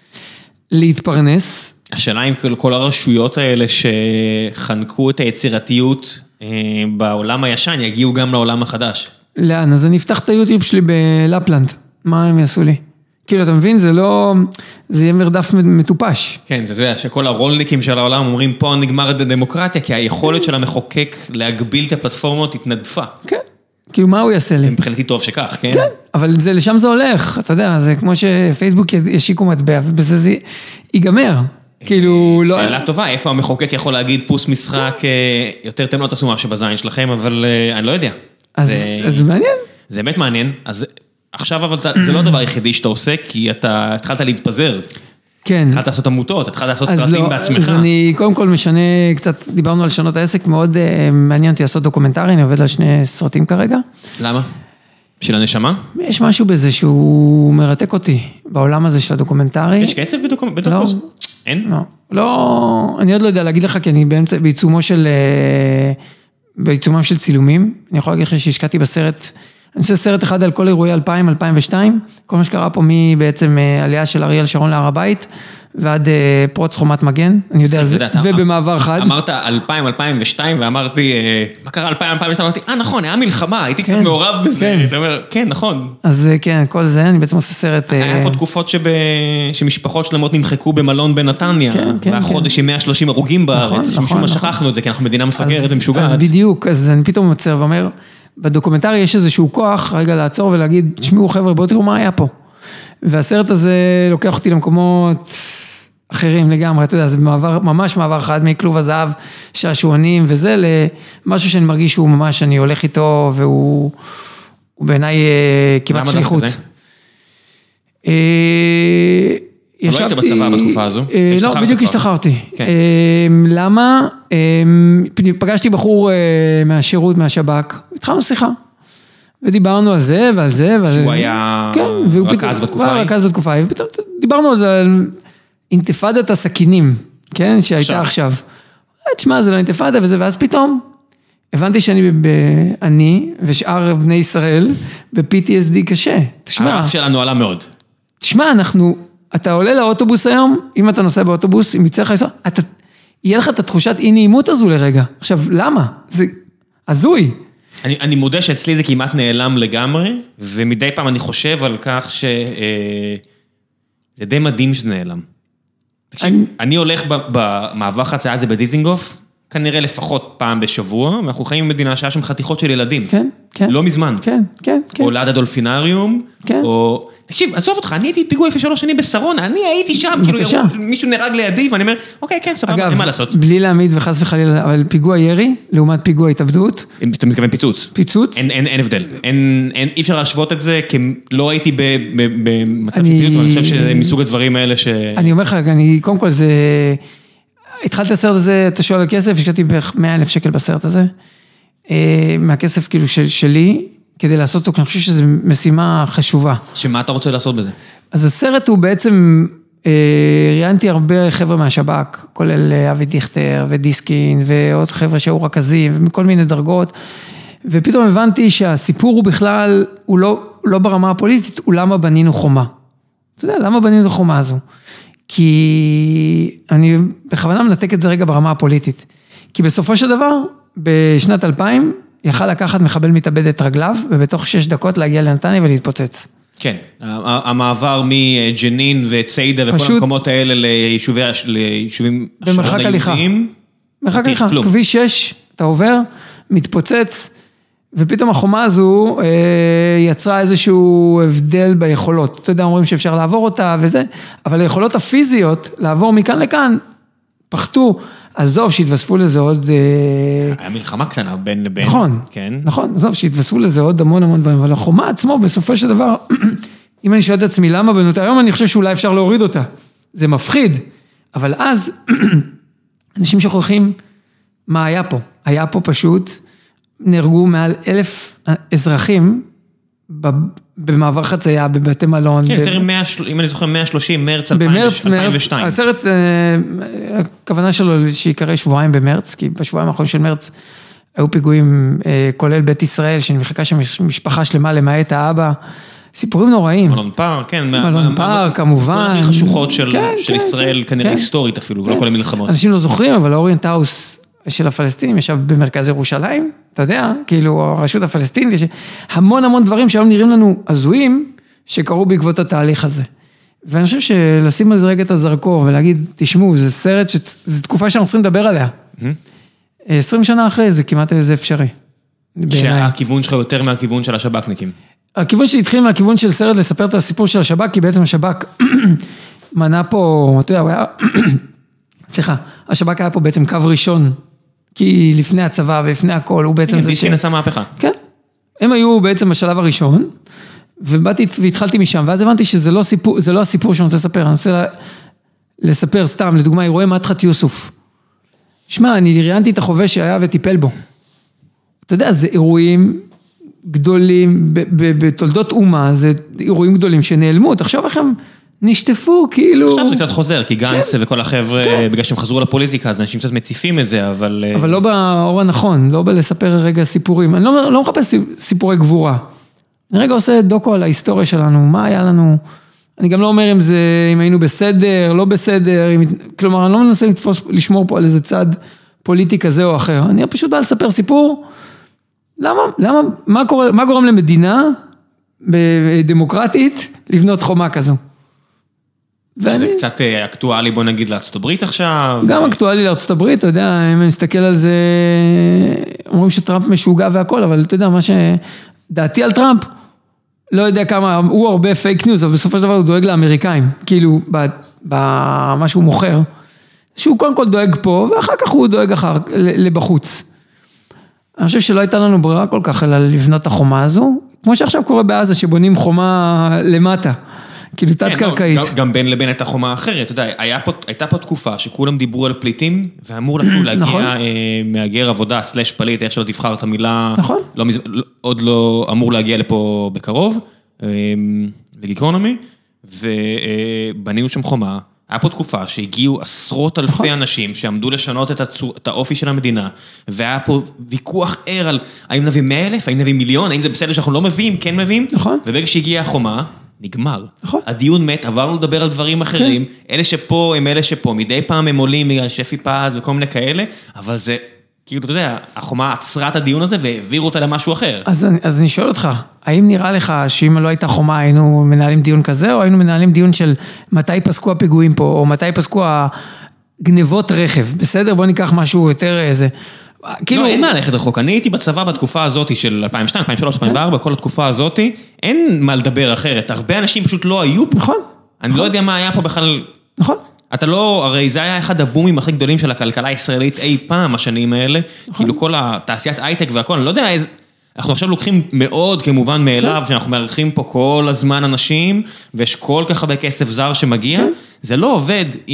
להתפרנס. השאלה אם כל הרשויות האלה שחנקו את היצירתיות בעולם הישן, יגיעו גם לעולם החדש. לאן? אז אני אפתח את היוטיוב שלי בלפלנד. מה הם יעשו לי? כאילו, אתה מבין? זה לא... זה יהיה מרדף מטופש. כן, זה אתה יודע, שכל הרולניקים של העולם אומרים, פה נגמר את הדמוקרטיה, כי היכולת של המחוקק להגביל את הפלטפורמות התנדפה. כן. כאילו, מה הוא יעשה לי? זה מבחינתי טוב שכך, כן? כן, אבל זה, לשם זה הולך. אתה יודע, זה כמו שפייסבוק ישיקו מטבע, ובזה זה ייגמר. כאילו, לא... שאלה טובה, איפה המחוקק יכול להגיד פוס משחק, יותר אתם לא תעשו משהו בזין שלכם, אבל אני לא יודע. אז זה מעניין. זה באמת מעניין, אז עכשיו אבל זה לא הדבר היחידי שאתה עושה, כי אתה התחלת להתפזר. כן. התחלת לעשות עמותות, התחלת לעשות סרטים בעצמך. אז אני קודם כל משנה, קצת דיברנו על שנות העסק, מאוד מעניין אותי לעשות דוקומנטרי, אני עובד על שני סרטים כרגע. למה? בשביל הנשמה? יש משהו בזה שהוא מרתק אותי, בעולם הזה של הדוקומנטרי. יש כסף בדוקומנטרי? לא. אין? לא. לא, אני עוד לא יודע להגיד לך, כי אני באמצע, בעיצומו של, בעיצומם של צילומים. אני יכול להגיד לך שהשקעתי בסרט, אני חושב סרט אחד על כל אירועי אלפיים, אלפיים ושתיים, כל מה שקרה פה מבעצם עלייה של אריאל שרון להר הבית, ועד פרוץ חומת מגן, אני יודע, ובמעבר חד. אמרת אלפיים, אלפיים ושתיים, ואמרתי, מה קרה אלפיים, אלפיים ושתיים? אמרתי, אה נכון, היה מלחמה, הייתי קצת מעורב בזה. אתה אומר, כן, נכון. אז כן, כל זה, אני בעצם עושה סרט... היה פה תקופות שמשפחות שלמות נמחקו במלון בנתניה, והחודש עם מאה ושלושים הרוגים בארץ, שמשום מה שכחנו את זה, כי אנחנו מדינה מפגרת ומשוגעת. אז בדיוק, אז אני פתאום מצר ואומר, בדוקומנטרי יש איזשהו כוח, רגע לעצור ולהגיד, תשמעו חבר'ה, בואו תראו מה היה פה. והסרט הזה לוקח אותי למקומות אחרים לגמרי, אתה יודע, זה מעבר, ממש מעבר חד מכלוב הזהב, שעשועונים וזה, למשהו שאני מרגיש שהוא ממש, אני הולך איתו, והוא בעיניי כמעט שליחות. למה דווקא זה? לא היית בצבא בתקופה הזו? לא, בדיוק השתחררתי. למה? פגשתי בחור מהשירות, מהשב"כ, התחלנו שיחה, ודיברנו על זה ועל זה. שהוא היה רכז בתקופה ההיא? רכז בתקופה ההיא, ופתאום דיברנו על זה, על אינתיפאדת הסכינים, כן, שהייתה עכשיו. תשמע, זה לא אינתיפאדה וזה, ואז פתאום הבנתי שאני, אני ושאר בני ישראל, ב-פי טי אס די קשה. הרף שלנו עלה מאוד. תשמע, אנחנו... אתה עולה לאוטובוס היום, אם אתה נוסע באוטובוס, אם יצא לך לנסוע, אתה, יהיה לך את התחושת אי נעימות הזו לרגע. עכשיו, למה? זה הזוי. אני, אני מודה שאצלי זה כמעט נעלם לגמרי, ומדי פעם אני חושב על כך ש... אה, זה די מדהים שזה נעלם. תקשיב, אני, אני הולך במעבר חצייה הזה בדיזינגוף, כנראה לפחות פעם בשבוע, ואנחנו חיים במדינה שהיה שם חתיכות של ילדים. כן, כן. לא מזמן. כן, כן, כן. או ליד הדולפינריום, כן. או... תקשיב, עזוב אותך, אני הייתי פיגוע לפני שלוש שנים בשרון, אני הייתי שם, כאילו מישהו נהרג לידי, ואני אומר, אוקיי, כן, סבבה, אין מה לעשות. אגב, בלי להעמיד וחס וחלילה, אבל פיגוע ירי, לעומת פיגוע התאבדות. אתה מתכוון פיצוץ. פיצוץ. אין הבדל. אי אפשר להשוות את זה, כי לא הייתי במצב של פיצוץ, אבל אני חושב שזה מסוג הדברים האלה ש... אני אומר לך, אני, קודם כל זה... התחלתי הסרט הזה, אתה שואל על כסף, השקעתי בערך מאה אלף שקל בסרט הזה, מהכסף כאילו של, שלי, כדי לעשות אותו, כי אני חושב שזו משימה חשובה. שמה אתה רוצה לעשות בזה? אז הסרט הוא בעצם, ראיינתי הרבה חבר'ה מהשב"כ, כולל אבי דיכטר ודיסקין, ועוד חבר'ה שהיו רכזים, ומכל מיני דרגות, ופתאום הבנתי שהסיפור הוא בכלל, הוא לא, לא ברמה הפוליטית, הוא למה בנינו חומה. אתה יודע, למה בנינו את החומה הזו? כי אני בכוונה מנתק את זה רגע ברמה הפוליטית. כי בסופו של דבר, בשנת אלפיים, יכל לקחת מחבל מתאבד את רגליו, ובתוך שש דקות להגיע לנתניה ולהתפוצץ. כן, המעבר מג'נין וציידה וכל המקומות האלה ליישובים במרחק הליכה. במרחק הליכה, כביש שש, אתה עובר, מתפוצץ, ופתאום החומה הזו יצרה איזשהו הבדל ביכולות. אתה יודע, אומרים שאפשר לעבור אותה וזה, אבל היכולות הפיזיות, לעבור מכאן לכאן, פחתו, עזוב שהתווספו לזה עוד... היה מלחמה קטנה בין לבין. נכון, נכון, עזוב שהתווספו לזה עוד המון המון דברים, אבל החומה עצמו בסופו של דבר, אם אני שואל את עצמי למה בנות, היום אני חושב שאולי אפשר להוריד אותה, זה מפחיד, אבל אז אנשים שוכחים מה היה פה, היה פה פשוט, נהרגו מעל אלף אזרחים, במעבר חצייה, בבתי מלון. כן, יותר מ-מאה, אם אני זוכר, מאה ושלושים, מרץ אלפיים ושתיים. הסרט, הכוונה שלו שיקרא שבועיים במרץ, כי בשבועיים האחרונים של מרץ, היו פיגועים, כולל בית ישראל, שמחכה שם משפחה שלמה למעט האבא, סיפורים נוראים. מלון פארק, כן. מלון פארק, כמובן. הכי חשוכות של ישראל, כנראה היסטורית אפילו, לא כל המלחמות. אנשים לא זוכרים, אבל האוריינט האוס של הפלסטינים ישב במרכז ירושלים, אתה יודע, כאילו הרשות הפלסטינית, המון המון דברים שהיום נראים לנו הזויים, שקרו בעקבות התהליך הזה. ואני חושב שלשים על זה רגע את הזרקור, ולהגיד, תשמעו, זה סרט, זו תקופה שאנחנו צריכים לדבר עליה. עשרים שנה אחרי זה, כמעט זה אפשרי. שהכיוון שלך יותר מהכיוון של השב"כניקים. הכיוון שלי התחיל מהכיוון של סרט לספר את הסיפור של השב"כ, כי בעצם השב"כ מנה פה, אתה יודע, הוא היה, סליחה, השב"כ היה פה בעצם קו ראשון, כי לפני הצבא ולפני הכל, הוא בעצם... דיסקין עשה מהפכה. כן. הם היו בעצם בשלב הראשון, ובאתי והתחלתי משם, ואז הבנתי שזה לא סיפור, זה לא הסיפור שאני רוצה לספר, אני רוצה לספר סתם, לדוגמה, אירועי מדחת יוסוף. שמע, אני ראיינתי את החובש שהיה וטיפל בו. אתה יודע, זה אירועים גדולים, בתולדות אומה, זה אירועים גדולים שנעלמו, תחשוב איך הם נשטפו, כאילו... עכשיו זה קצת חוזר, כי גנץ וכל החבר'ה, בגלל שהם חזרו לפוליטיקה, אז אנשים קצת מציפים את זה, אבל... אבל לא באור הנכון, לא בלספר רגע סיפורים, אני לא, לא מחפש סיפורי גבורה. אני רגע עושה דוקו על ההיסטוריה שלנו, מה היה לנו... אני גם לא אומר אם זה, אם היינו בסדר, לא בסדר, אם... כלומר, אני לא מנסה לתפוס, לשמור פה על איזה צד פוליטי כזה או אחר. אני פשוט בא לספר סיפור, למה, למה, מה קורה, מה גורם למדינה דמוקרטית לבנות חומה כזו? שזה קצת אקטואלי, בוא נגיד, לארצות הברית עכשיו. גם אקטואלי לארצות הברית, אתה יודע, אם אני מסתכל על זה, אומרים שטראמפ משוגע והכל, אבל אתה יודע, מה שדעתי על טראמפ, לא יודע כמה, הוא הרבה פייק ניוז, אבל בסופו של דבר הוא דואג לאמריקאים, כאילו, במה שהוא מוכר, שהוא קודם כל דואג פה, ואחר כך הוא דואג אחר, לבחוץ. אני חושב שלא הייתה לנו ברירה כל כך, אלא לבנות את החומה הזו, כמו שעכשיו קורה בעזה, שבונים חומה למטה. כאילו תת-קרקעית. גם בין לבין הייתה חומה אחרת, אתה יודע, הייתה פה תקופה שכולם דיברו על פליטים, ואמור אפילו להגיע מהגר עבודה, סלש פליט, איך שלא תבחר את המילה, עוד לא אמור להגיע לפה בקרוב, לגיקונומי, ובנינו שם חומה, היה פה תקופה שהגיעו עשרות אלפי אנשים שעמדו לשנות את האופי של המדינה, והיה פה ויכוח ער על האם נביא מאה אלף, האם נביא מיליון, האם זה בסדר שאנחנו לא מביאים, כן מביאים, וברגע שהגיעה החומה, נגמר. הדיון מת, עברנו לדבר על דברים אחרים, אלה שפה הם אלה שפה, מדי פעם הם עולים בגלל שפי פז וכל מיני כאלה, אבל זה, כאילו, אתה יודע, החומה עצרה את הדיון הזה והעבירו אותה למשהו אחר. אז, אז אני שואל אותך, האם נראה לך שאם לא הייתה חומה, היינו מנהלים דיון כזה, או היינו מנהלים דיון של מתי פסקו הפיגועים פה, או מתי פסקו הגנבות רכב, בסדר? בוא ניקח משהו יותר איזה... לא, אין מה ללכת רחוק, אני הייתי בצבא בתקופה הזאת של אלפיים ושתיים, אלפיים ושלוש, אלפיים וארבע, כל התקופה הזאת, אין מה לדבר אחרת, הרבה אנשים פשוט לא היו פה. נכון. אני לא יודע מה היה פה בכלל. נכון. אתה לא, הרי זה היה אחד הבומים הכי גדולים של הכלכלה הישראלית אי פעם, השנים האלה, כאילו כל התעשיית הייטק והכל, אני לא יודע איזה, אנחנו עכשיו לוקחים מאוד כמובן מאליו, שאנחנו מארחים פה כל הזמן אנשים, ויש כל כך הרבה כסף זר שמגיע, זה לא עובד אם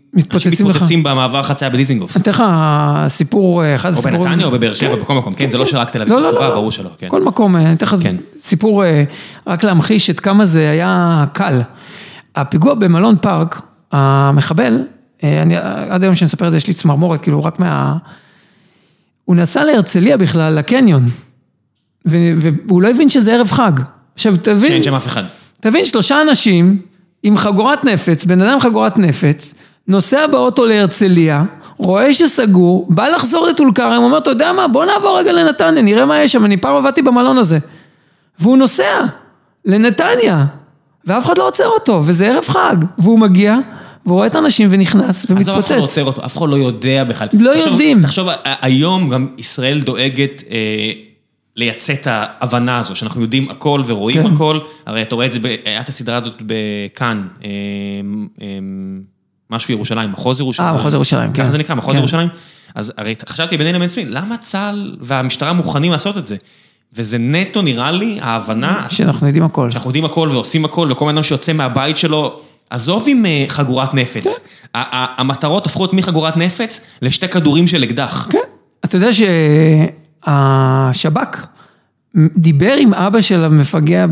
מתפוצצים לך. מתפוצצים במעבר חצייה בדיזינגוף. אני אתן לך סיפור, אחד הסיפורים... או בנתניה או בבאר שבע, בכל מקום, כן, זה לא שרק תל אביב, לא, לא, לא, ברור שלא, כן. כל מקום, אני אתן לך סיפור, רק להמחיש את כמה זה היה קל. הפיגוע במלון פארק, המחבל, אני, עד היום שאני מספר את זה, יש לי צמרמורת, כאילו רק מה... הוא נסע להרצליה בכלל, לקניון, והוא לא הבין שזה ערב חג. עכשיו, תבין... שאין שם אף אחד. תבין, שלושה אנשים עם חגורת נפץ, בן אדם חגורת נפץ, נוסע באוטו להרצליה, רואה שסגור, בא לחזור לטול כרם, אומר, אתה יודע מה, בוא נעבור רגע לנתניה, נראה מה יש שם, אני פעם עבדתי במלון הזה. והוא נוסע לנתניה, ואף אחד לא עוצר אותו, וזה ערב חג, והוא מגיע, והוא רואה את האנשים ונכנס ומתפוצץ. אז אף אחד לא עוצר אותו, אף אחד לא יודע בכלל. לא יודעים. תחשוב, היום גם ישראל דואגת לייצא את ההבנה הזו, שאנחנו יודעים הכל ורואים הכל, הרי אתה רואה את זה, היה את הסדרה הזאת בכאן, משהו ירושלים, מחוז ירושלים. אה, מחוז ירושלים, כן. ככה זה נקרא, מחוז ירושלים. אז הרי חשבתי בינינו למנסים, למה צה"ל והמשטרה מוכנים לעשות את זה? וזה נטו נראה לי, ההבנה... שאנחנו יודעים הכל. שאנחנו יודעים הכל ועושים הכל, וכל מיני אדם שיוצא מהבית שלו, עזוב עם חגורת נפץ. המטרות הפכות מחגורת נפץ לשתי כדורים של אקדח. כן. אתה יודע שהשב"כ דיבר עם אבא של המפגע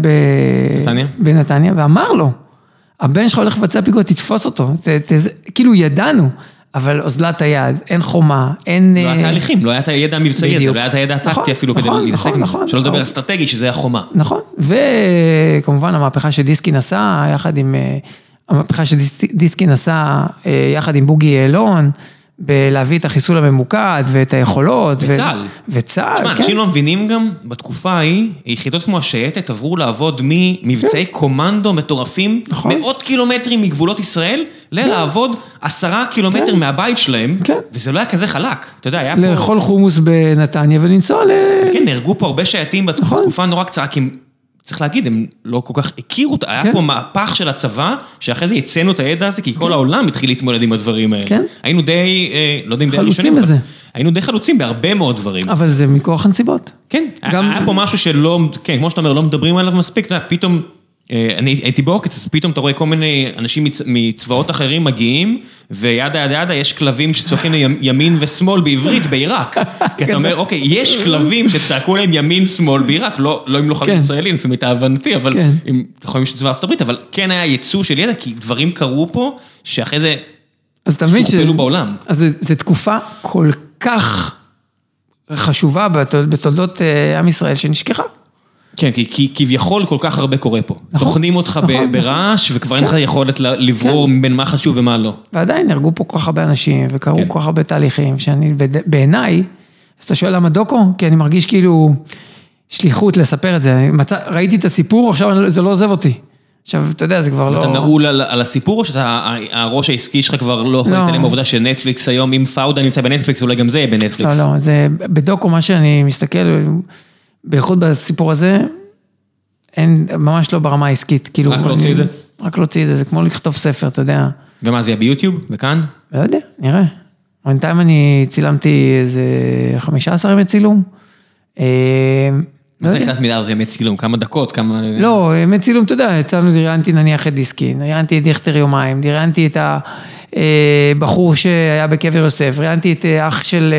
בנתניה, ואמר לו, הבן שלך הולך לבצע פיגוע, תתפוס אותו. כאילו ידענו. אבל אוזלת היד, אין חומה, אין... לא היה תהליכים, לא היה את הידע המבצעי הזה, לא היה את הידע הטקטי אפילו כדי להתעסק, שלא לדבר אסטרטגי, שזה החומה. נכון, וכמובן המהפכה שדיסקין עשה, יחד עם... המהפכה שדיסקין עשה, יחד עם בוגי יעלון, בלהביא את החיסול הממוקד, ואת היכולות. וצה"ל. וצה"ל, כן. תשמע, אנשים לא מבינים גם, בתקופה ההיא, יחידות כמו השייטת עברו לעבוד ממבצעי קומנדו מטורפים, מאות קילומטרים מגבולות ישראל, לעבוד עשרה קילומטר מהבית שלהם, וזה לא היה כזה חלק. אתה יודע, היה פה... לאכול חומוס בנתניה ולנסוע ל... כן, נהרגו פה הרבה שייטים בתקופה נורא קצרה, כי צריך להגיד, הם לא כל כך הכירו, היה פה מהפך של הצבא, שאחרי זה יצאנו את הידע הזה, כי כל העולם התחיל להתמודד עם הדברים האלה. היינו די, לא יודע אם די חלוצים בזה. היינו די חלוצים בהרבה מאוד דברים. אבל זה מכוח הנסיבות. כן, היה פה משהו שלא, כן, כמו שאתה אומר, לא מדברים עליו מספיק, אתה יודע, פתאום, אני הייתי בעוקץ, אז פתאום אתה רואה כל מיני אנשים מצבאות אחרים מגיעים, וידה ידה ידה יש כלבים שצועקים ימין ושמאל בעברית בעיראק. כי אתה אומר, אוקיי, יש כלבים שצעקו להם ימין שמאל בעיראק, לא אם לא חלק ישראלי, לפעמים הייתה הבנתי, אבל אם יכולים שצבא ארצות הברית, אבל כן היה ייצוא של ידע, כי דברים קרו פה, שאחרי זה שוכפלו בעולם. אז זו תקופה כל כך חשובה בתולדות עם ישראל שנשכחה. כן, כי כביכול כל כך הרבה קורה פה. תוכנים אותך ברעש, וכבר אין לך יכולת לברור בין מה חשוב ומה לא. ועדיין נהרגו פה כל כך הרבה אנשים, וקרו כל כך הרבה תהליכים, שאני בעיניי, אז אתה שואל למה דוקו? כי אני מרגיש כאילו שליחות לספר את זה. ראיתי את הסיפור, עכשיו זה לא עוזב אותי. עכשיו, אתה יודע, זה כבר לא... אתה נעול על הסיפור, או שהראש העסקי שלך כבר לא יכול להתעלם בעובדה שנטפליקס היום, אם פאודה נמצא בנטפליקס, אולי גם זה יהיה בנטפליקס. לא, לא, זה בדוקו מה שאני מסתכל... בייחוד בסיפור הזה, אין, ממש לא ברמה העסקית, כאילו... רק להוציא את זה? רק להוציא את זה, זה כמו לכתוב ספר, אתה יודע. ומה, זה יהיה ביוטיוב? וכאן? לא יודע, נראה. בינתיים אני צילמתי איזה חמישה עשר ימי צילום. מה זה קצת מידה ימי צילום? כמה דקות? כמה... לא, ימי צילום, אתה יודע, יצאנו, ראיינתי נניח את דיסקין, ראיינתי את דיכטר יומיים, ראיינתי את הבחור שהיה בקבר יוסף, ראיינתי את אח של...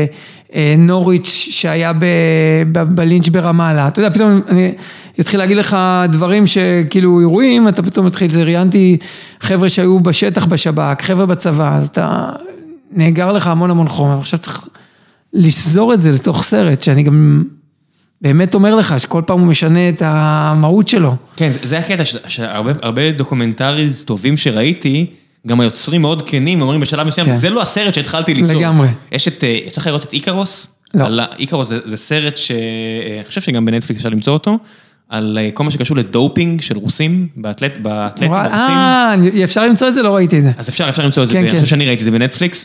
נוריץ' שהיה בלינץ' ברמאללה, אתה יודע, פתאום אני אתחיל להגיד לך דברים שכאילו אירועים, אתה פתאום מתחיל, זה ראיינתי חבר'ה שהיו בשטח בשב"כ, חבר'ה בצבא, אז אתה נאגר לך המון המון חומר, ועכשיו צריך לשזור את זה לתוך סרט, שאני גם באמת אומר לך, שכל פעם הוא משנה את המהות שלו. כן, זה הקטע, שהרבה דוקומנטריז טובים שראיתי, גם היוצרים מאוד כנים, אומרים בשלב מסוים, זה לא הסרט שהתחלתי ליצור. לגמרי. יש את, צריך לראות את איקרוס? לא. איקרוס זה סרט שאני חושב שגם בנטפליקס אפשר למצוא אותו, על כל מה שקשור לדופינג של רוסים, באתלטים הרוסים. אה, אפשר למצוא את זה? לא ראיתי את זה. אז אפשר, אפשר למצוא את זה. אני חושב שאני ראיתי את זה בנטפליקס,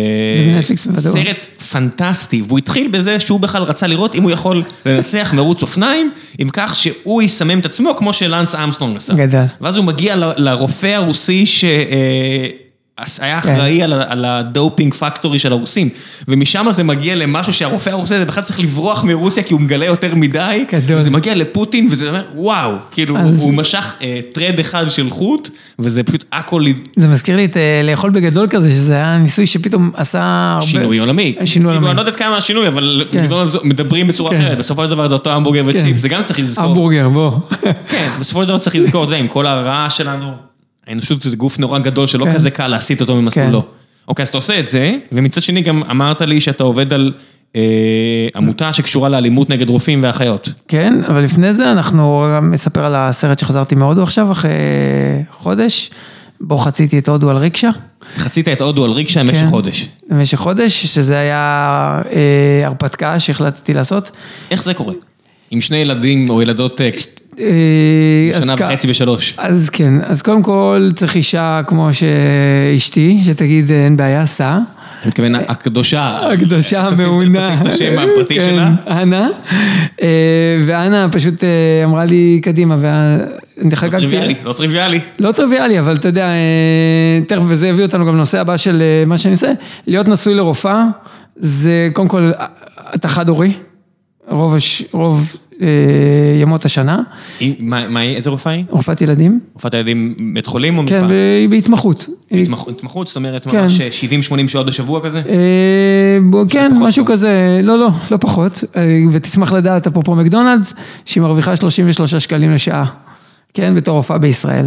וסרט פנטסטי, והוא התחיל בזה שהוא בכלל רצה לראות אם הוא יכול לנצח מרוץ אופניים, עם כך שהוא יסמם את עצמו, כמו שלאנס אמסטרונג עשה. גדל. ואז הוא מגיע לרופא הרוסי ש... היה אחראי על הדופינג פקטורי של הרוסים, ומשם זה מגיע למשהו שהרופא הרוסי הזה בכלל צריך לברוח מרוסיה, כי הוא מגלה יותר מדי, וזה מגיע לפוטין, וזה אומר, וואו, כאילו, הוא משך טרד אחד של חוט, וזה פשוט הכל... זה מזכיר לי את לאכול בגדול כזה, שזה היה ניסוי שפתאום עשה הרבה... שינוי עולמי. שינוי עולמי. אני לא יודעת כמה השינוי, אבל מדברים בצורה אחרת, בסופו של דבר זה אותו המבורגר וצ'יפס, זה גם צריך לזכור. המבורגר, בוא. כן, בסופו של דבר צריך לזכור, עם כל הרעה שלנו, האנושות זה גוף נורא גדול, שלא כזה קל להסיט אותו ממסלולו. אוקיי, אז אתה עושה את זה, ומצד שני גם אמרת לי שאתה עובד על עמותה שקשורה לאלימות נגד רופאים ואחיות. כן, אבל לפני זה אנחנו מספר על הסרט שחזרתי מהודו עכשיו, אחרי חודש, בו חציתי את הודו על ריקשה. חצית את הודו על ריקשה במשך חודש. במשך חודש, שזה היה הרפתקה שהחלטתי לעשות. איך זה קורה? עם שני ילדים או ילדות שנה וחצי ושלוש. אז כן, אז קודם כל צריך אישה כמו שאשתי, שתגיד אין בעיה, סע. אני מתכוון, הקדושה. הקדושה המעונה. תוסיף את השם הפרטי שלה. אנה. ואנה פשוט אמרה לי קדימה, לא טריוויאלי, לא טריוויאלי. לא טריוויאלי, אבל אתה יודע, תכף וזה הביא אותנו גם נושא הבא של מה שאני עושה, להיות נשוי לרופאה, זה קודם כל, אתה חד הורי, רוב, רוב ימות השנה. איזה רופאה היא? רופאת ילדים. רופאת ילדים בית חולים או מפה? כן, בהתמחות. התמחות, זאת אומרת, ממש שבעים שמונים שעות בשבוע כזה? כן, משהו כזה, לא, לא, לא פחות. ותשמח לדעת, אפרופו מקדונלדס, שהיא מרוויחה שלושים ושלושה שקלים לשעה. כן, בתור רופאה בישראל.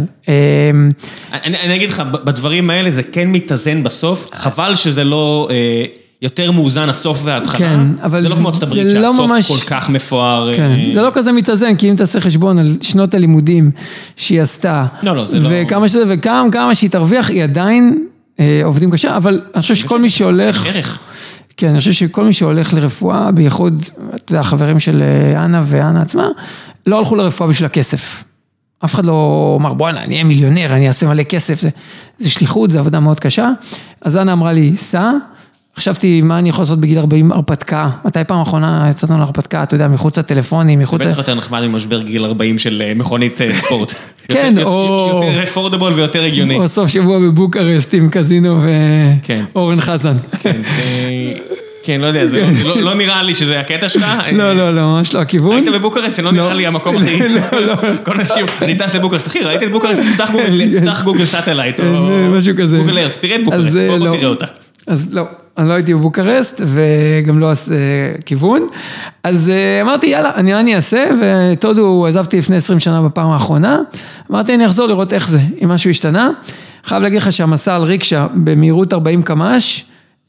אני אגיד לך, בדברים האלה זה כן מתאזן בסוף, חבל שזה לא... יותר מאוזן הסוף וההתחלה, כן, אבל זה לא כמו ארצות הברית לא שהסוף ממש... כל כך מפואר. כן, זה לא כזה מתאזן, כי אם תעשה חשבון על שנות הלימודים שהיא עשתה, לא, לא, זה וכמה לא... שזה, וכמה כמה שהיא תרוויח, היא עדיין אה, עובדים קשה, אבל אני חושב שכל מי שהולך... ערך. כן, אני חושב שכל מי שהולך לרפואה, בייחוד, אתה יודע, החברים של אנה ואנה עצמה, לא הלכו לרפואה בשביל הכסף. אף אחד לא אמר, בוא, אני אהיה מיליונר, אני אעשה מלא כסף, זה, זה שליחות, זה עבודה מאוד קשה. אז אנה אמרה לי, סע, חשבתי מה אני יכול לעשות בגיל ארבעים הרפתקה, מתי פעם האחרונה יצאנו להרפתקה, אתה יודע, מחוץ לטלפונים, מחוץ... בטח יותר נחמד ממשבר גיל ארבעים של מכונית ספורט. כן, או... יותר אפורדבול ויותר הגיוני. או סוף שבוע בבוקרסט עם קזינו ואורן חזן. כן, כן, לא יודע, לא נראה לי שזה הקטע שלך. לא, לא, לא, ממש לא הכיוון. היית בבוקרסט, זה לא נראה לי המקום הכי... לא, לא. כל אנשים, אני טס לבוקרסט, אחי, ראית את בוקרסט, תפתח גוגל סאטלייט, או משהו כזה. גוגל ארץ, תראה את בוקרסט, בוא תראה אותה. אז לא, אני לא הייתי בבוקרסט, וגם לא עושה כיוון. אז אמרתי, יאללה, אני אני אעשה, ותודו עזבתי לפני עשרים שנה בפעם האחרונה. אמרתי, אני אחזור לראות איך זה, אם משהו השתנה. חייב להגיד לך שהמסע על ריקשה, במהירות ארבעים קמ"ש,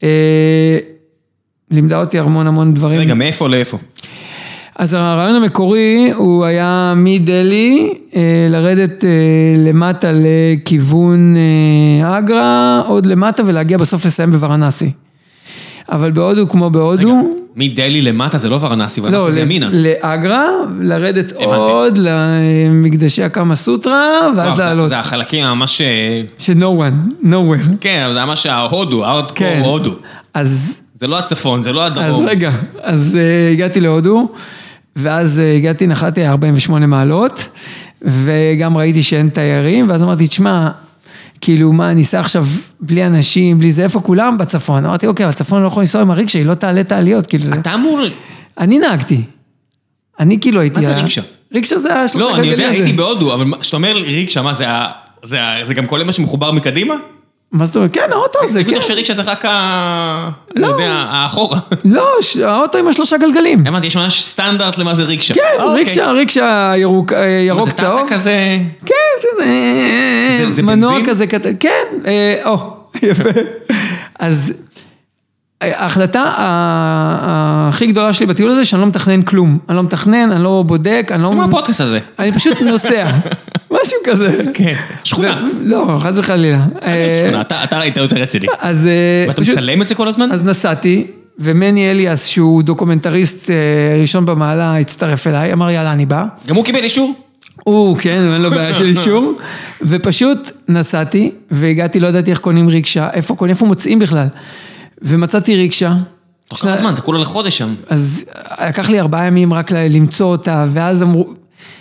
לימדה אותי המון המון דברים. רגע, מאיפה לאיפה? אז הרעיון המקורי הוא היה מדלי לרדת למטה לכיוון אגרה, עוד למטה ולהגיע בסוף לסיים בוורנסי. אבל בהודו כמו בהודו... רגע, מדלי למטה זה לא וורנסי, וורנסי זה ימינה. לא, לאגרה, לרדת עוד למקדשי הקמה סוטרה, ואז לעלות. זה החלקים ממש... ש- no one, nowhere. כן, זה ממש ההודו, הארדקור הודו. אז... זה לא הצפון, זה לא הדרום. אז רגע, אז הגעתי להודו, ואז הגעתי, נחתי ארבעים ושמונה מעלות, וגם ראיתי שאין תיירים, ואז אמרתי, תשמע, כאילו מה, אני אסע עכשיו בלי אנשים, בלי זה, איפה כולם בצפון? אמרתי, אוקיי, בצפון לא יכול לנסוע עם הריקשה, היא לא תעלה תעליות, כאילו זה... אתה אמור... אני נהגתי. אני כאילו הייתי... מה זה ריקשה? ריקשה זה השלושה גלגלים. לא, אני יודע, הייתי בהודו, אבל כשאתה אומר ריקשה, מה, זה גם כל מה שמחובר מקדימה? מה זאת אומרת? כן, האוטו הזה, כן. אני חושב שריקשה זה רק ה... לא יודע, האחורה. לא, האוטו עם השלושה גלגלים. אמרתי, יש ממש סטנדרט למה זה ריקשה. כן, זה ריקשה, ריקשה ירוק צהוב. זה טאטה כזה... כן, זה מנוע כזה קטן. כן, או, יפה. אז ההחלטה הכי גדולה שלי בטיול הזה, שאני לא מתכנן כלום. אני לא מתכנן, אני לא בודק, אני לא... כמו הפודקאסט הזה. אני פשוט נוסע. משהו כזה. כן, שכונה. לא, חס וחלילה. שכונה, אתה היית יותר רציני. אז... ואתה מצלם את זה כל הזמן? אז נסעתי, ומני אליאס, שהוא דוקומנטריסט ראשון במעלה, הצטרף אליי, אמר יאללה, אני בא. גם הוא קיבל אישור? הוא, כן, אין לו בעיה של אישור. ופשוט נסעתי, והגעתי, לא ידעתי איך קונים ריקשה, איפה קונים, איפה מוצאים בכלל. ומצאתי ריקשה. תוך כמה זמן, אתה כולה לחודש שם. אז לקח לי ארבעה ימים רק למצוא אותה, ואז אמרו...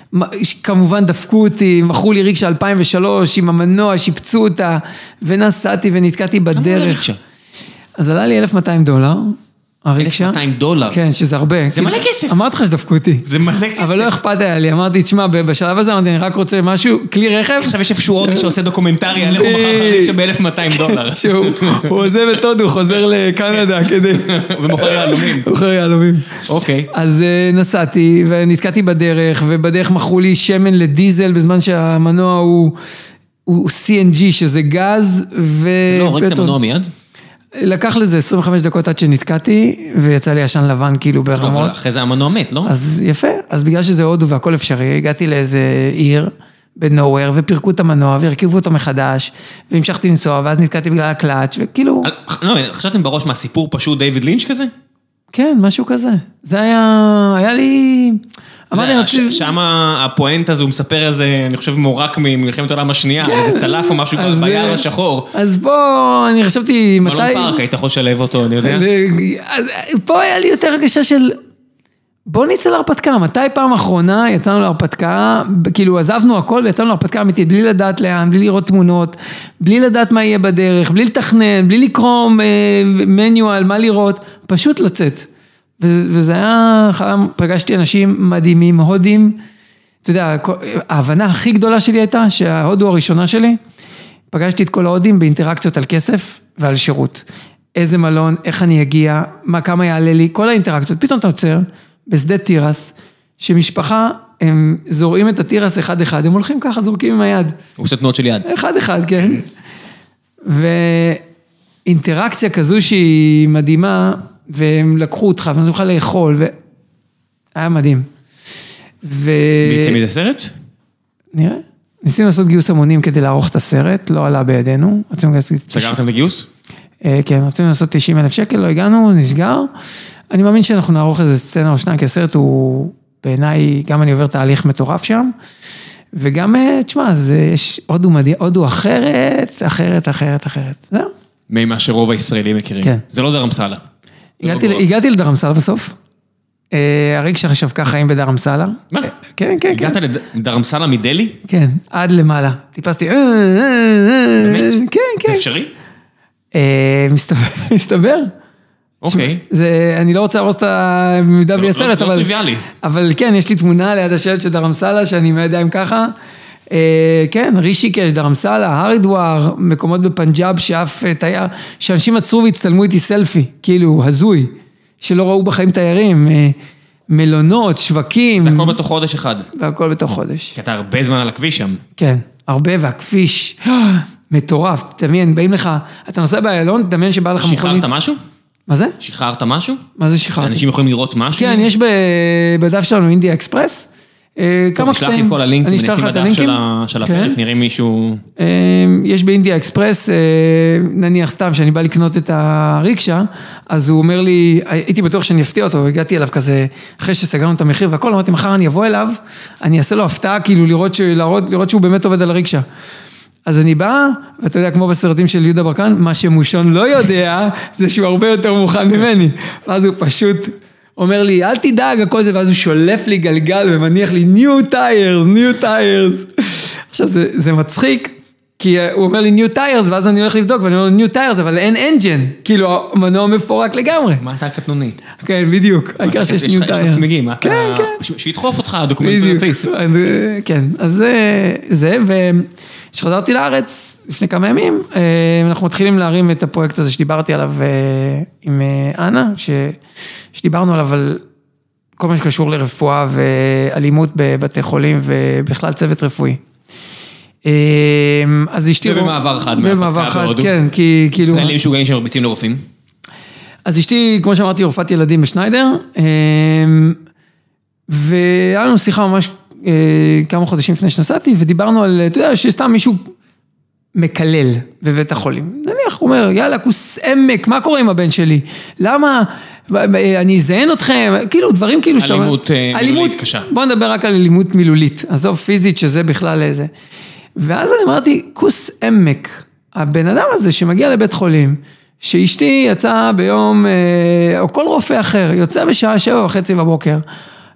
כמובן דפקו אותי, מכרו לי ריקשה אלפיים ושלוש, עם המנוע, שיפצו אותה, ונסעתי ונתקעתי בדרך. כמה עולה ריקשה? אז עלה לי אלף ומאתיים דולר. אלף ומאתיים דולר? כן, שזה הרבה. זה מלא כסף. אמרתי לך שדפקו אותי. זה מלא כסף. אבל לא אכפת היה לי, אמרתי, תשמע, בשלב הזה אמרתי, אני רק רוצה משהו, כלי רכב. עכשיו יש איפשהו אודי שעושה דוקומנטרי, על איך הוא מכר חריק שב-אלף ומאתיים דולר. שהוא עוזב את הודו, הוא חוזר לקנדה כדי... ומוכר יהלומים. מוכר יהלומים. אוקיי. אז נסעתי, ונתקעתי בדרך, ובדרך מכרו לי שמן לדיזל, בזמן שהמנוע הוא סי אן ג'י, שזה גז, ו... זה לא הורג את המנוע מיד? לקח לזה עשרים וחמש דקות עד שנתקעתי, ויצא לי עשן לבן כאילו ברמות. אחרי זה המנוע מת, לא? אז יפה, אז בגלל שזה הודו והכל אפשרי, הגעתי לאיזה עיר, בנוואר, ופירקו את המנוע, והרכיבו אותו מחדש, והמשכתי לנסוע, ואז נתקעתי בגלל הקלאץ', וכאילו... לא, חשבתם בראש מהסיפור פשוט דיוויד לינץ' כזה? כן, משהו כזה. זה היה, היה לי... שם הפואנט הזה, הוא מספר איזה, אני חושב, מורק ממלחמת העולם השנייה, איזה צלף או משהו ביער השחור. אז פה אני חשבתי, מתי... מלון פארק, היית יכול לשלב אותו, אני יודע. פה היה לי יותר הרגשה של... בוא נצא להרפתקה, מתי פעם אחרונה יצאנו להרפתקה, כאילו עזבנו הכל ויצאנו להרפתקה אמיתית, בלי לדעת לאן, בלי לראות תמונות, בלי לדעת מה יהיה בדרך, בלי לתכנן, בלי לקרוא מניואל, מה לראות, פשוט לצאת. וזה היה, פגשתי אנשים מדהימים, הודים, אתה יודע, ההבנה הכי גדולה שלי הייתה, שההודו הראשונה שלי, פגשתי את כל ההודים באינטראקציות על כסף ועל שירות. איזה מלון, איך אני אגיע, מה, כמה יעלה לי, כל האינטראקציות. פתאום אתה עוצר בשדה תירס, שמשפחה, הם זורעים את התירס אחד אחד, הם הולכים ככה, זורקים עם היד. הוא עושה תנועות של יד. אחד אחד, כן. ואינטראקציה כזו שהיא מדהימה, והם לקחו אותך, והם תוכל לאכול, והיה מדהים. ו... ויצא מזה סרט? נראה. ניסינו לעשות גיוס המונים כדי לערוך את הסרט, לא עלה בידינו. סגרתם בגיוס? כן, רצינו לעשות תשעים אלף שקל, לא הגענו, נסגר. אני מאמין שאנחנו נערוך איזה סצנה או שניים, כי הסרט הוא בעיניי, גם אני עובר תהליך מטורף שם, וגם, תשמע, יש הודו מדהים, הודו אחרת, אחרת, אחרת, אחרת. זהו. ממה שרוב הישראלים מכירים. כן. זה לא דרמסלה. הגעתי לדרמסלה בסוף. הריקשה חשבקה חיים בדרמסלה. מה? כן, כן, כן. הגעת לדרמסלה מדלי? כן, עד למעלה. טיפסתי, באמת? כן, כן. זה אפשרי? מסתבר. אוקיי. אני לא רוצה להרוס את המידע בלי הסרט, אבל... לא טריוויאלי. אבל כן, יש לי תמונה ליד השלט של דרמסלה, שאני מידיים ככה. כן, רישיקש, דרמסלה, הרידואר, מקומות בפנג'אב שאף תייר, שאנשים עצרו והצטלמו איתי סלפי, כאילו, הזוי, שלא ראו בחיים תיירים, מלונות, שווקים. זה הכל בתוך חודש אחד. והכל בתוך חודש. כי אתה הרבה זמן על הכביש שם. כן, הרבה, והכביש, מטורף, תדמיין, באים לך, אתה נוסע באיילון, תדמיין שבא לך מוכנים. שחררת משהו? מה זה? שחררת משהו? מה זה שחררתי? אנשים יכולים לראות משהו? כן, יש בדף שלנו אינדיה אקספרס, טוב, תשלח לי את כל הלינקים, נשים בדף של הפרק, נראה מישהו... יש באינדיה אקספרס, נניח סתם, שאני בא לקנות את הריקשה, אז הוא אומר לי, הייתי בטוח שאני אפתיע אותו, הגעתי אליו כזה, אחרי שסגרנו את המחיר והכל, אמרתי, מחר אני אבוא אליו, אני אעשה לו הפתעה, כאילו לראות שהוא באמת עובד על הריקשה. אז אני בא, ואתה יודע, כמו בסרטים של יהודה ברקן, מה שמושון לא יודע, זה שהוא הרבה יותר מוכן ממני. ואז הוא פשוט אומר לי, אל תדאג, הכל זה, ואז הוא שולף לי גלגל ומניח לי, new tires, new tires. עכשיו, זה, זה מצחיק, כי הוא אומר לי, new tires, ואז אני הולך לבדוק, ואני אומר, new tires, אבל אין engine, כאילו, המנוע מפורק לגמרי. מה אתה קטנוני? כן, בדיוק, העיקר שיש new tires. יש לך צמיגים, מה אתה... כן, כן. שידחוף אותך, הדוקומנטריסט. כן, אז זה, וכשחזרתי לארץ, לפני כמה ימים, אנחנו מתחילים להרים את הפרויקט הזה שדיברתי עליו עם אנה, שדיברנו עליו על כל מה שקשור לרפואה ואלימות בבתי חולים ובכלל צוות רפואי. אז אשתי... ובמעבר חד, במעבר חד, כן, כי כאילו... ישראלים משוגעים שמרביצים לרופאים. אז אשתי, כמו שאמרתי, רופאת ילדים בשניידר, והיה לנו שיחה ממש כמה חודשים לפני שנסעתי, ודיברנו על, אתה יודע, שסתם מישהו מקלל בבית החולים. נניח, הוא אומר, יאללה, כוס עמק, מה קורה עם הבן שלי? למה? אני אזיין אתכם, כאילו, דברים כאילו שאתה... אלימות מילולית קשה. בוא נדבר רק על אלימות מילולית, עזוב פיזית, שזה בכלל איזה. ואז אני אמרתי, כוס עמק, הבן אדם הזה שמגיע לבית חולים, שאשתי יצאה ביום, או כל רופא אחר, יוצא בשעה שבע וחצי בבוקר,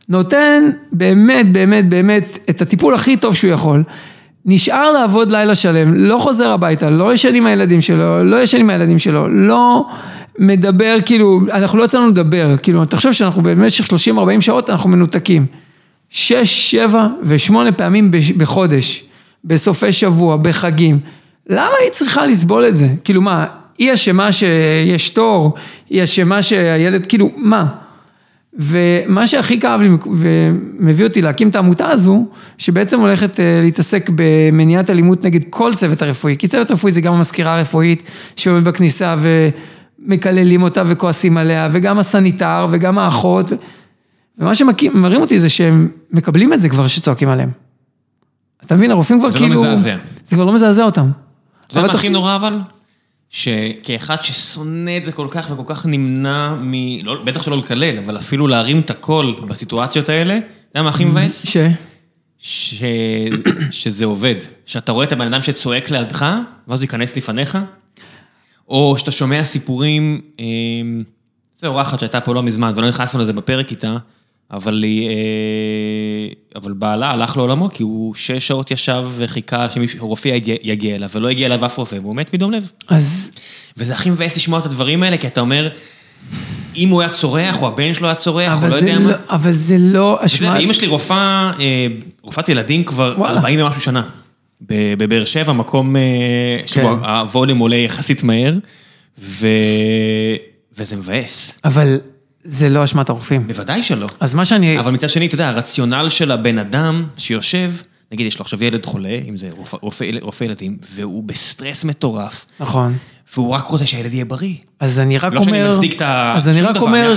נותן באמת, באמת, באמת את הטיפול הכי טוב שהוא יכול, נשאר לעבוד לילה שלם, לא חוזר הביתה, לא ישן עם הילדים שלו, לא ישן עם הילדים שלו, לא מדבר, כאילו, אנחנו לא יצאנו לדבר, כאילו, אתה חושב שאנחנו במשך שלושים ארבעים שעות, אנחנו מנותקים. שש, שבע ושמונה פעמים בחודש, בסופי שבוע, בחגים. למה היא צריכה לסבול את זה? כאילו מה, היא אשמה שיש תור, היא אשמה שהילד, כאילו, מה? ומה שהכי כאב לי ומביא אותי להקים את העמותה הזו, שבעצם הולכת להתעסק במניעת אלימות נגד כל צוות הרפואי, כי צוות רפואי זה גם המזכירה הרפואית שעומד בכניסה ומקללים אותה וכועסים עליה, וגם הסניטר וגם האחות, ומה שמראים אותי זה שהם מקבלים את זה כבר שצועקים עליהם. אתה מבין, הרופאים כבר כאילו... זה לא מזעזע. זה כבר לא מזעזע אותם. אתה יודע מה הכי נורא אבל? שכאחד ששונא את זה כל כך וכל כך נמנע מ... בטח שלא לקלל, אבל אפילו להרים את הכל בסיטואציות האלה, אתה יודע מה הכי מבאס? ש? ש... שזה עובד. שאתה רואה את הבן אדם שצועק לידך, ואז הוא ייכנס לפניך, או שאתה שומע סיפורים, זה אורחת שהייתה פה לא מזמן, ולא נכנסנו לזה בפרק איתה, אבל, אבל בעלה הלך לעולמו, כי הוא שש שעות ישב וחיכה שרופא יגיע אליו, ולא הגיע אליו אף רופא, והוא מת מדום לב. אז... וזה הכי מבאס לשמוע את הדברים האלה, כי אתה אומר, אם הוא היה צורח, או הבן שלו היה צורח, או לא יודע מה. אבל זה לא אשמה... אמא שלי רופאה, רופאת ילדים כבר ארבעים ומשהו שנה, בבאר שבע, מקום שבו הווליום עולה יחסית מהר, וזה מבאס. אבל... זה לא אשמת הרופאים. בוודאי שלא. אז מה שאני... אבל מצד שני, אתה יודע, הרציונל של הבן אדם שיושב, נגיד, יש לו עכשיו ילד חולה, אם זה רופא, רופא ילדים, והוא בסטרס מטורף. נכון. והוא רק רוצה שהילד יהיה בריא. אז אני רק לא אומר... לא שאני מצדיק את ה... אז אני רק אומר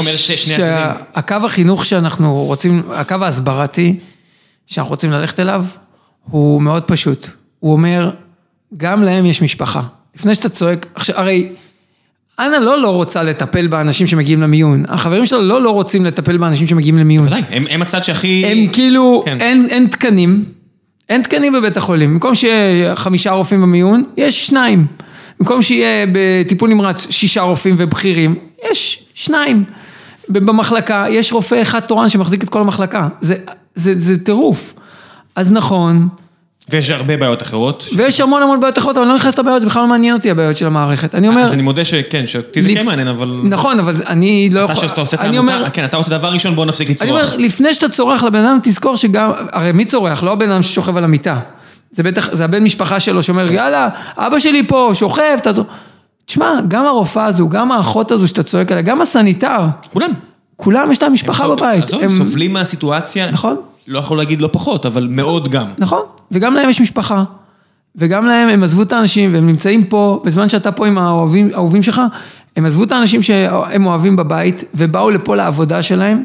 שהקו החינוך שאנחנו רוצים, הקו ההסברתי, שאנחנו רוצים ללכת אליו, הוא מאוד פשוט. הוא אומר, גם להם יש משפחה. לפני שאתה צועק, עכשיו, הרי... אנה לא לא רוצה לטפל באנשים שמגיעים למיון. החברים שלה לא לא רוצים לטפל באנשים שמגיעים למיון. ודאי, הם, הם הצד שהכי... הם כאילו, כן. אין, אין תקנים, אין תקנים בבית החולים. במקום שיהיה חמישה רופאים במיון, יש שניים. במקום שיהיה בטיפול נמרץ שישה רופאים ובכירים, יש שניים. במחלקה, יש רופא אחד תורן שמחזיק את כל המחלקה. זה, זה, זה טירוף. אז נכון... ויש הרבה בעיות אחרות. ויש המון המון בעיות אחרות, אבל לא נכנס לבעיות, זה בכלל לא מעניין אותי הבעיות של המערכת. אני אומר... אז אני מודה שכן, שאותי זה כן מעניין, אבל... נכון, אבל אני לא יכול... אתה שאתה עושה את העמותה, כן, אתה רוצה דבר ראשון, בוא נפסיק לצרוח. אני אומר, לפני שאתה צורח לבן אדם, תזכור שגם... הרי מי צורח? לא הבן אדם ששוכב על המיטה. זה בטח, זה הבן משפחה שלו שאומר, יאללה, אבא שלי פה, שוכב, תעזור. תשמע, גם הרופאה הזו, גם האחות הזו שאתה צועק עליה, גם הסניטר. כולם. כולם יש להם משפחה בבית. הם סובלים מהסיטואציה. נכון. לא יכול להגיד לא פחות, אבל מאוד גם. נכון, וגם להם יש משפחה, וגם להם הם עזבו את האנשים, והם נמצאים פה, בזמן שאתה פה עם האהובים, האהובים שלך, הם עזבו את האנשים שהם אוהבים בבית, ובאו לפה לעבודה שלהם,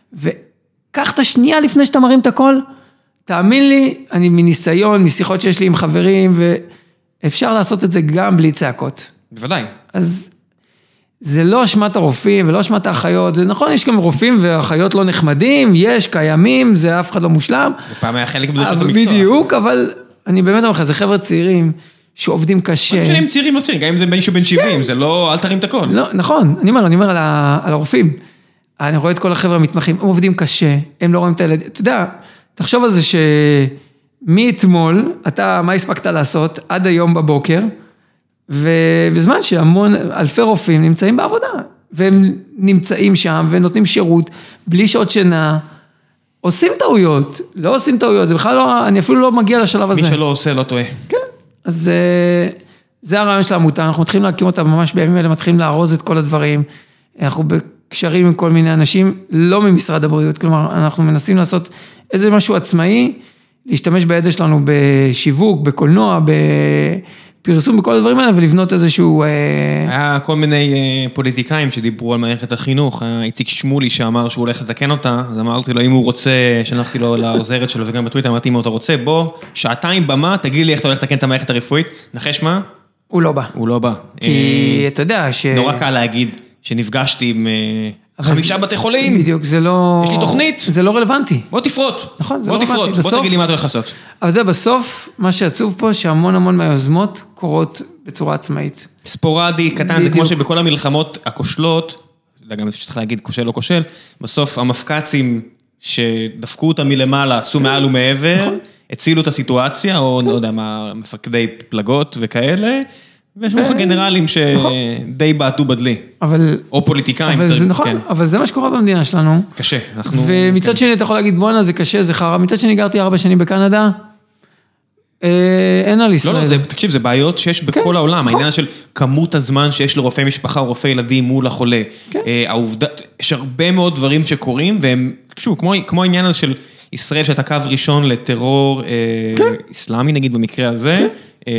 וקח את השנייה לפני שאתה מרים את הכל, תאמין לי, אני מניסיון, משיחות שיש לי עם חברים, ואפשר לעשות את זה גם בלי צעקות. בוודאי. אז... זה לא אשמת הרופאים ולא אשמת האחיות, זה נכון, יש גם רופאים ואחיות לא נחמדים, יש, קיימים, זה אף אחד לא מושלם. זה פעם היה חלק בדרך כלל במקצוע. בדיוק, אבל אני באמת אומר לך, זה חבר'ה צעירים שעובדים קשה. מה משנים צעירים לא צעירים, גם אם זה בן שהוא בן שבעים, זה לא, אל תרים את הכל. לא, נכון, אני אומר, אני אומר על, ה, על הרופאים. אני רואה את כל החבר'ה המתמחים, הם עובדים קשה, הם לא רואים את הילד. אתה יודע, תחשוב על זה שמאתמול, אתה, מה הספקת לעשות עד היום בבוקר, ובזמן שהמון אלפי רופאים נמצאים בעבודה, והם נמצאים שם ונותנים שירות, בלי שעות שינה, עושים טעויות, לא עושים טעויות, זה בכלל לא, אני אפילו לא מגיע לשלב הזה. מי שלא עושה לא טועה. כן, אז זה הרעיון של העמותה, אנחנו מתחילים להקים אותה ממש בימים האלה, מתחילים לארוז את כל הדברים, אנחנו בקשרים עם כל מיני אנשים, לא ממשרד הבריאות, כלומר, אנחנו מנסים לעשות איזה משהו עצמאי, להשתמש בידע שלנו בשיווק, בקולנוע, ב... פרסום בכל הדברים האלה, ולבנות איזשהו... היה כל מיני פוליטיקאים שדיברו על מערכת החינוך, איציק שמולי שאמר שהוא הולך לתקן אותה, אז אמרתי לו, אם הוא רוצה, שלחתי לו לעוזרת שלו, וגם בטוויטר, אמרתי, אם אתה רוצה, בוא, שעתיים במה, תגיד לי איך אתה הולך לתקן את המערכת הרפואית, נחש מה? הוא לא בא. הוא לא בא. כי אתה יודע ש... נורא קל להגיד שנפגשתי עם חמישה בתי חולים. בדיוק, זה לא... יש לי תוכנית. זה לא רלוונטי. בוא תפרוט. נכון, זה לא רלוונטי. בוא תפרוט, בוא תגיד לי מה אתה הולך לעשות. אבל זה בסוף, מה שעצוב פה, שהמון המון מהיוזמות קורות בצורה עצמאית. ספורדי, קטן, זה כמו שבכל המלחמות הכושלות, גם שצריך להגיד כושל או כושל, בסוף המפקצים שדפקו אותה מלמעלה, עשו מעל ומעבר, הצילו את הסיטואציה, או לא יודע מה, מפקדי פלגות וכאלה, ויש לך גנרלים שדי בעטו בדלי. או פוליטיקאים. אבל זה נכון, אבל זה מה שקורה במדינה שלנו. קשה. ומצד שני אתה יכול להגיד, בואנה זה קשה, זה חרא. מצד שני גרתי ארבע שנים בקנדה, אין על ישראל. לא, לא, תקשיב, זה בעיות שיש בכל העולם. העניין של כמות הזמן שיש לרופא משפחה או רופא ילדים מול החולה. העובדה, יש הרבה מאוד דברים שקורים, והם, שוב, כמו העניין של ישראל, שאתה קו ראשון לטרור איסלאמי, נגיד, במקרה הזה,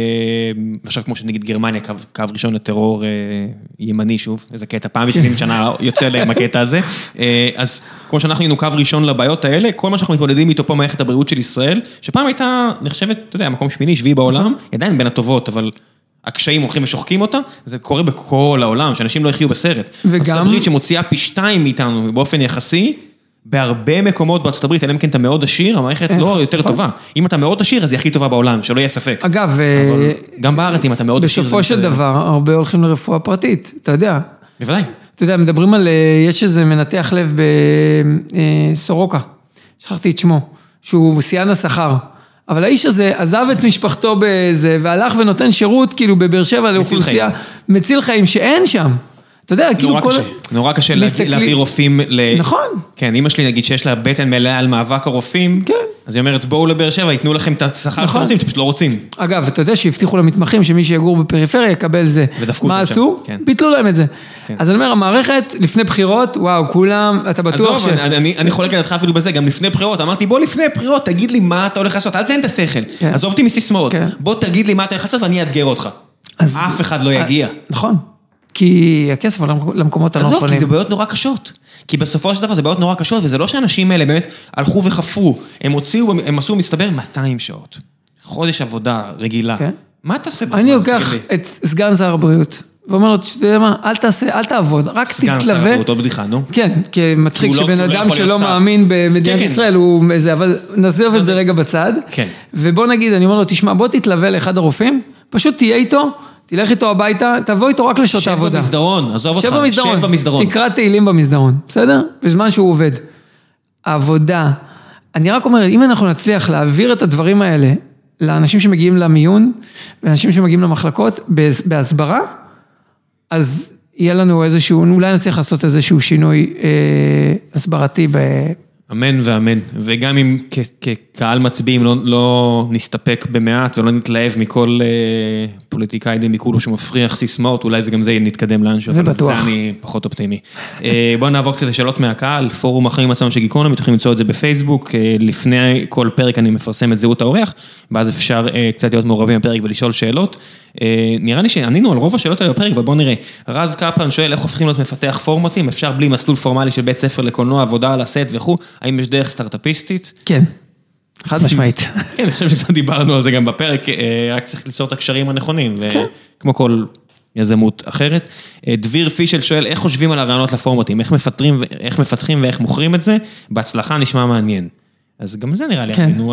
עכשיו כמו שנגיד גרמניה, קו ראשון לטרור ימני, שוב, איזה קטע, פעם בשבעים שנה יוצא להם הקטע הזה, אז כמו שאנחנו היינו קו ראשון לבעיות האלה, כל מה שאנחנו מתמודדים איתו פה מערכת הבריאות של ישראל, שפעם הייתה נחשבת, אתה יודע, מקום שמיני, שביעי בעולם, עדיין בין הטובות, אבל הקשיים הולכים ושוחקים אותה, זה קורה בכל העולם, שאנשים לא יחיו בסרט. ארצות הברית שמוציאה פי שתיים מאיתנו, באופן יחסי, בהרבה מקומות בארצות הברית, אלא אם כן אתה מאוד עשיר, המערכת לא יותר טובה. אם אתה מאוד עשיר, אז היא הכי טובה בעולם, שלא יהיה ספק. אגב, גם בארץ, אם אתה מאוד עשיר... בסופו של דבר, הרבה הולכים לרפואה פרטית, אתה יודע. בוודאי. אתה יודע, מדברים על, יש איזה מנתח לב בסורוקה, שכחתי את שמו, שהוא שיאן השכר. אבל האיש הזה עזב את משפחתו בזה, והלך ונותן שירות, כאילו, בבאר שבע לאוכלוסייה, מציל חיים שאין שם. אתה יודע, כאילו כל... נורא קשה להביא רופאים ל... נכון. כן, אמא שלי נגיד שיש לה בטן מלאה על מאבק הרופאים, כן. אז היא אומרת, בואו לבאר שבע, ייתנו לכם את השכר שאתם רוצים, אתם פשוט לא רוצים. אגב, אתה יודע שהבטיחו למתמחים שמי שיגור בפריפריה יקבל זה. מה עשו? ביטלו להם את זה. אז אני אומר, המערכת לפני בחירות, וואו, כולם, אתה בטוח ש... עזוב, אני חולק על דעתך אפילו בזה, גם לפני בחירות, אמרתי, בוא לפני בחירות, תגיד לי מה אתה הולך לעשות, אל תזיין את השכל. עזוב אותי מסיסמאות. בוא תגיד לי מה אתה הולך לעשות ואני אאתגר אותך. אף אחד לא יגיע. נכון. כי הכסף למקומות הלא נכונים. עזוב, כי זה בעיות נורא קשות. כי בסופו של דבר זה בעיות נורא קשות, וזה לא שהאנשים האלה באמת הלכו וחפרו. הם הוציאו, הם עשו מסתבר מאתיים שעות. חודש עבודה רגילה. מה תעשה? אני לוקח את סגן שר הבריאות, ואומר לו, אתה יודע מה, אל תעשה, אל תעבוד, רק תתלווה. סגן שר הבריאות, עוד בדיחה, נו. כן, כי מצחיק שבן אדם שלא מאמין במדינת ישראל, הוא איזה, אבל נזרב את זה רגע בצד. כן. ובוא נגיד, אני אומר לו, תשמע, בוא תתלווה לאחד הרופאים, פשוט תהיה איתו, תלך איתו הביתה, תבוא איתו רק לשעות העבודה. שב במסדרון, עזוב אותך, שב במסדרון. תקרא תהילים במסדרון, בסדר? בזמן שהוא עובד. העבודה, אני רק אומר, אם אנחנו נצליח להעביר את הדברים האלה, לאנשים שמגיעים למיון, ואנשים שמגיעים למחלקות, בהסברה, אז יהיה לנו איזשהו, אולי נצליח לעשות איזשהו שינוי אה, הסברתי ב... אמן ואמן, וגם אם כקהל מצביעים לא, לא נסתפק במעט ולא נתלהב מכל אה, פוליטיקאי די מכולו שמפריח סיסמאות, אולי זה גם זה נתקדם לאנשהו. זה בטוח. זה אני פחות אופטימי. אה, בואו נעבור קצת לשאלות מהקהל, פורום החיים עצמם של גיקונומי, אתם יכולים למצוא את זה בפייסבוק, אה, לפני כל פרק אני מפרסם את זהות האורח, ואז אפשר אה, קצת להיות מעורבים בפרק ולשאול שאלות. נראה לי שענינו על רוב השאלות האלה בפרק, אבל בואו נראה. רז קפלן שואל איך הופכים להיות מפתח פורמטים, אפשר בלי מסלול פורמלי של בית ספר לקולנוע, עבודה על הסט וכו', האם יש דרך סטארט-אפיסטית? כן, חד משמעית. כן, אני חושב שקצת דיברנו על זה גם בפרק, רק צריך ליצור את הקשרים הנכונים, וכמו כל יזמות אחרת. דביר פישל שואל, איך חושבים על הרעיונות לפורמטים, איך מפתחים, איך מפתחים ואיך מוכרים את זה, בהצלחה נשמע מעניין. אז גם זה נראה לי,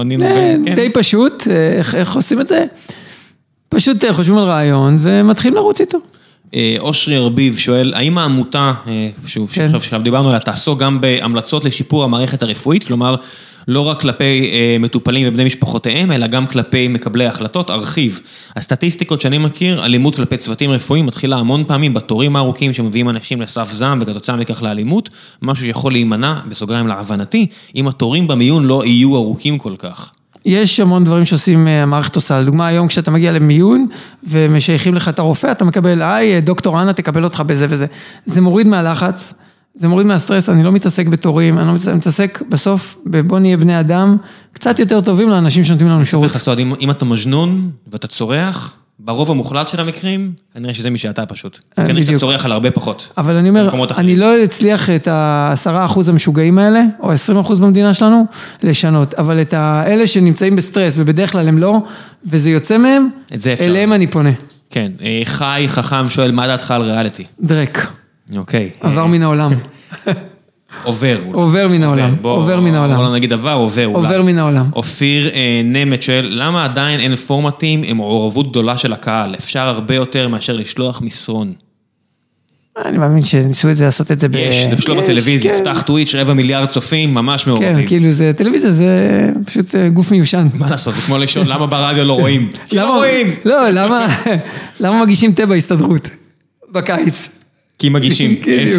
די פשוט, איך עושים את זה? פשוט חושבים על רעיון ומתחילים לרוץ איתו. אושרי ארביב שואל, האם העמותה, שוב, שעכשיו דיברנו עליה, תעסוק גם בהמלצות לשיפור המערכת הרפואית, כלומר, לא רק כלפי מטופלים ובני משפחותיהם, אלא גם כלפי מקבלי החלטות, ארכיב. הסטטיסטיקות שאני מכיר, אלימות כלפי צוותים רפואיים, מתחילה המון פעמים בתורים הארוכים שמביאים אנשים לסף זעם, וכתוצאה מכך לאלימות, משהו שיכול להימנע, בסוגריים להבנתי, אם התורים במיון לא יהיו ארוכים כל כך. יש המון דברים שעושים המערכת עושה, לדוגמה היום כשאתה מגיע למיון ומשייכים לך את הרופא, אתה מקבל, היי דוקטור אנה תקבל אותך בזה וזה, זה מוריד מהלחץ, זה מוריד מהסטרס, אני לא מתעסק בתורים, אני לא מתעסק, מתעסק בסוף, בוא נהיה בני אדם, קצת יותר טובים לאנשים שנותנים לנו שירות. אם, אם אתה מז'נון ואתה צורח, ברוב המוחלט של המקרים, כנראה שזה מי שאתה פשוט. כנראה שאתה צורח על הרבה פחות. אבל אני אומר, אני לא אצליח את העשרה אחוז המשוגעים האלה, או עשרים אחוז במדינה שלנו, לשנות. אבל את האלה שנמצאים בסטרס, ובדרך כלל הם לא, וזה יוצא מהם, אליהם אני פונה. כן, חי, חכם, שואל, מה דעתך על ריאליטי? דרק. אוקיי. עבר מן העולם. עובר. עובר מן העולם. עובר מן העולם. בוא נגיד עבר, עובר אולי. עובר מן העולם. אופיר נמת שואל, למה עדיין אין פורמטים עם מעורבות גדולה של הקהל? אפשר הרבה יותר מאשר לשלוח מסרון. אני מאמין שניסו את זה, לעשות את זה ב... יש, זה פשוט לא בטלוויזיה, פתח טוויץ', רבע מיליארד צופים, ממש מעורבים. כן, כאילו זה, טלוויזיה זה פשוט גוף מיושן. מה לעשות, זה כמו לשאול, למה ברדיו לא רואים? למה רואים? לא, למה, למה מגישים תה בהסתדרות? בקיץ. כי מגישים.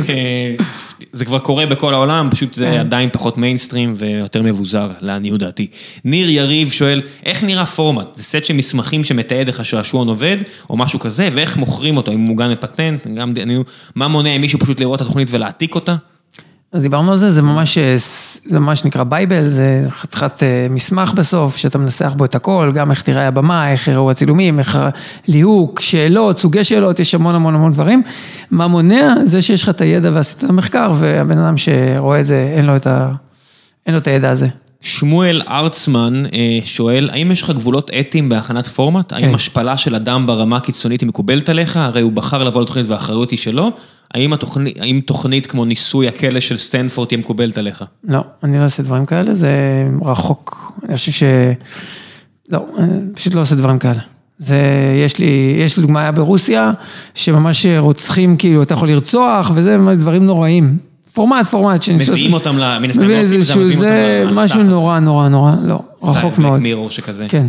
זה כבר קורה בכל העולם, פשוט זה עדיין פחות מיינסטרים ויותר מבוזר, לעניות דעתי. ניר יריב שואל, איך נראה פורמט? זה סט של מסמכים שמתעד איך השעשועון עובד, או משהו כזה, ואיך מוכרים אותו, אם הוא מוגן בפטנט, מה מונע עם מישהו פשוט לראות את התוכנית ולהעתיק אותה? אז דיברנו על זה, זה ממש, זה ממש נקרא בייבל, זה חתיכת מסמך בסוף, שאתה מנסח בו את הכל, גם איך תראה הבמה, איך יראו הצילומים, איך ליהוק, שאלות, סוגי שאלות, יש המון המון המון דברים. מה מונע? זה שיש לך את הידע ועשית את המחקר, והבן אדם שרואה את זה, אין לו את ה... אין לו את הידע הזה. שמואל ארצמן שואל, האם יש לך גבולות אתיים בהכנת פורמט? האם השפלה של אדם ברמה קיצונית היא מקובלת עליך? הרי הוא בחר לבוא לתוכנית והאחריות היא שלו. האם התוכנית, האם תוכנית כמו ניסוי הכלא של סטנפורד תהיה מקובלת עליך? לא, אני לא אעשה דברים כאלה, זה רחוק. אני חושב ש... לא, אני פשוט לא עושה דברים כאלה. זה, יש לי, יש לי דוגמה היה ברוסיה, שממש רוצחים, כאילו, אתה יכול לרצוח, וזה דברים נוראים. פורמט, פורמט. מביאים אותם, מן הסתם לא עושים, זה מביאים אותם. זה משהו נורא, נורא, נורא, לא, רחוק מאוד. מירור שכזה. כן.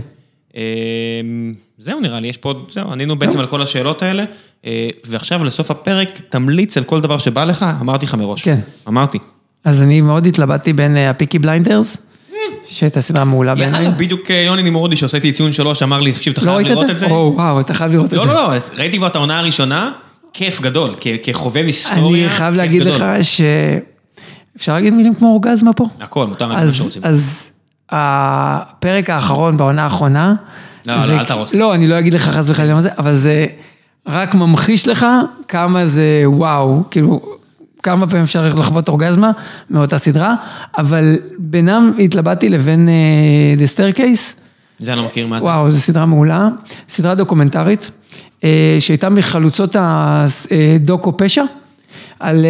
זהו נראה לי, יש פה, זהו, ענינו בעצם על כל השאלות האלה, ועכשיו לסוף הפרק, תמליץ על כל דבר שבא לך, אמרתי לך מראש. כן. אמרתי. אז אני מאוד התלבטתי בין הפיקי בליינדרס, שהייתה סדרה מעולה בעיניי. יאללה, בדיוק יוני נמרודי שעושה ציון שלוש, אמר לי, תקשיב, אתה חייב לראות את זה? או, וואו, אתה חייב לראות את זה. לא, לא, לא, ראיתי כבר את העונה הראשונה, כיף גדול, כחובב היסטוריה, אני חייב להגיד לך ש... אפשר להגיד מילים כמו אורגזמה פה? הכל, מותר להגיד מה שרוצים. אז הפרק האחרון בעונה האחרונה, לא, אל תרוס. לא, אני לא אגיד לך חס וחלילה מה זה, אבל זה רק ממחיש לך כמה זה וואו, כאילו, כמה פעמים אפשר לחוות אורגזמה מאותה סדרה, אבל בינם התלבטתי לבין The Staircase. זה אני לא מכיר מה זה. וואו, זו סדרה מעולה, סדרה דוקומנטרית, שהייתה מחלוצות הדוקו פשע, על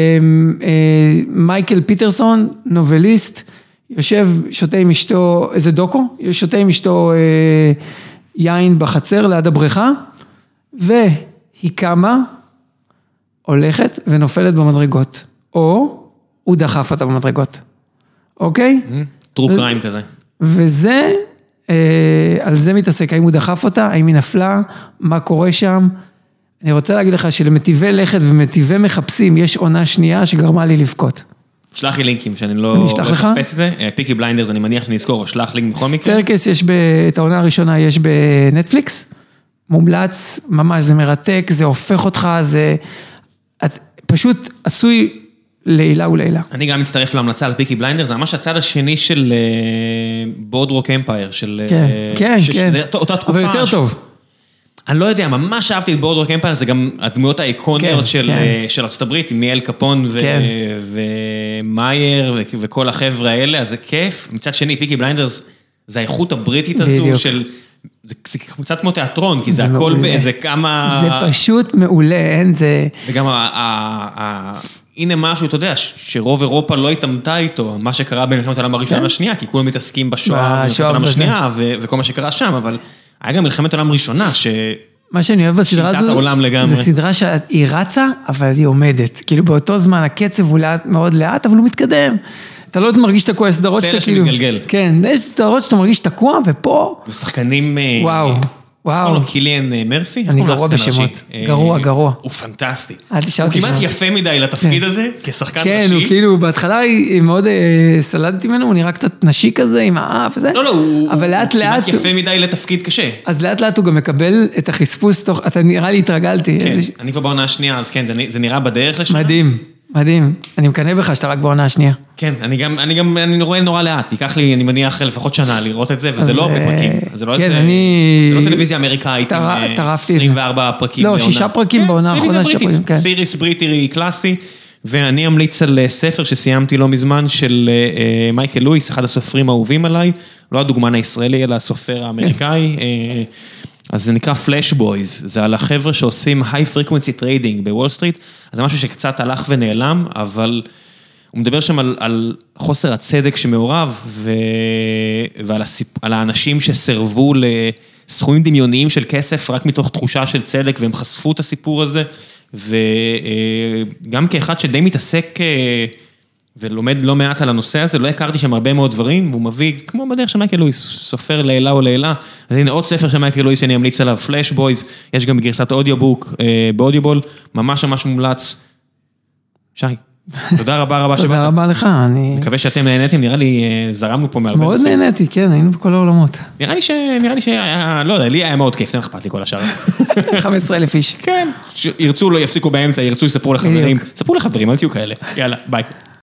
מייקל פיטרסון, נובליסט, יושב, שותה עם אשתו, איזה דוקו, שותה עם אשתו יין בחצר ליד הבריכה, והיא קמה, הולכת ונופלת במדרגות, או הוא דחף אותה במדרגות, אוקיי? טרו קריים כזה. וזה, על זה מתעסק, האם הוא דחף אותה, האם היא נפלה, מה קורה שם, אני רוצה להגיד לך שלמטיבי לכת ומטיבי מחפשים, יש עונה שנייה שגרמה לי לבכות. שלח לי לינקים, שאני לא אפספס את זה. פיקי בליינדרס, אני מניח שאני אזכור, שלח לינק בכל מקרה. סטרקס יש, את העונה הראשונה יש בנטפליקס, מומלץ, ממש, זה מרתק, זה הופך אותך, זה פשוט עשוי לילה ולילה. אני גם מצטרף להמלצה על פיקי בליינדרס, זה ממש הצד השני של בורדרוק אמפייר, של... כן, כן, אותה תקופה. אבל יותר טוב. אני לא יודע, ממש אהבתי את בורדרוק אמפייר, זה גם הדמויות האיקוניות של ארצות הברית, מיאל קפון ומאייר וכל החבר'ה האלה, אז זה כיף. מצד שני, פיקי בליינדרס, זה האיכות הבריטית הזו של... זה קצת כמו תיאטרון, כי זה הכל באיזה כמה... זה פשוט מעולה, אין זה... וגם הנה משהו, אתה יודע, שרוב אירופה לא התאמתה איתו, מה שקרה במלחמת העולם הראשונה והשנייה, כי כולם מתעסקים בשואה ובמלחמת העולם השנייה, וכל מה שקרה שם, אבל היה גם מלחמת העולם ראשונה, ש... מה שאני אוהב בסדרה הזו, זה סדרה שהיא רצה, אבל היא עומדת. כאילו באותו זמן הקצב הוא לאט, מאוד לאט, אבל הוא מתקדם. אתה לא מרגיש תקוע, סדרות שאתה כאילו... סרט שמתגלגל. כן, יש סדרות שאתה מרגיש תקוע, ופה... ושחקנים... וואו, וואו. קיליאן מרפי? אני גרוע בשמות. גרוע, גרוע. הוא פנטסטי. אל תשאל אותי. הוא כמעט יפה מדי לתפקיד הזה, כשחקן נשי. כן, הוא כאילו, בהתחלה היא מאוד סלדתי ממנו, הוא נראה קצת נשי כזה, עם האף וזה. לא, לא, הוא כמעט יפה מדי לתפקיד קשה. אז לאט לאט הוא גם מקבל את החיספוס, אתה נראה לי התרגלתי. כן, אני כבר בעונה השנייה, אז כן, זה נראה בדרך לשם. מדהים. מדהים, אני מקנא בך שאתה רק בעונה השנייה. כן, אני גם, אני גם, אני רואה נורא לאט, ייקח לי, אני מניח לפחות שנה לראות את זה, וזה לא הרבה פרקים, זה לא איזה, זה לא טלוויזיה אמריקאית, עם עשרים וארבע פרקים בעונה. לא, שישה פרקים בעונה האחרונה, שישה פרקים, כן. סיריס בריטי קלאסי, ואני אמליץ על ספר שסיימתי לא מזמן, של מייקל לואיס, אחד הסופרים האהובים עליי, לא הדוגמן הישראלי, אלא הסופר האמריקאי, אז זה נקרא פלאש בויז, זה על החבר'ה שעושים היי פריקוונסי טריידינג בוול סטריט, אז זה משהו שקצת הלך ונעלם, אבל הוא מדבר שם על, על חוסר הצדק שמעורב, ו... ועל הסיפ... על האנשים שסרבו לסכומים דמיוניים של כסף, רק מתוך תחושה של צדק, והם חשפו את הסיפור הזה, וגם כאחד שדי מתעסק ולומד לא מעט על הנושא הזה, לא הכרתי שם הרבה מאוד דברים, והוא מביא, כמו בדרך של מייקל לואיס, סופר לילה או לילה, אז הנה עוד ספר של מייקל לואיס שאני אמליץ עליו, פלאש בויז, יש גם גרסת אודיובוק באודיובול, ממש ממש מומלץ. שי, תודה רבה רבה שבאת. תודה רבה לך, אני... מקווה שאתם נהניתם, נראה לי זרמנו פה מהרבה מאוד נהניתי, כן, היינו בכל העולמות. נראה לי ש... נראה לי שהיה, לא יודע, לי היה מאוד כיף, זה אכפת לי כל השאר. חמישה עשר אלף איש. כן, ירצו לא יפסיקו באמצע, ירצו יספרו לחברים, ספרו לחברים, אל תהיו כאלה. יאללה, ביי.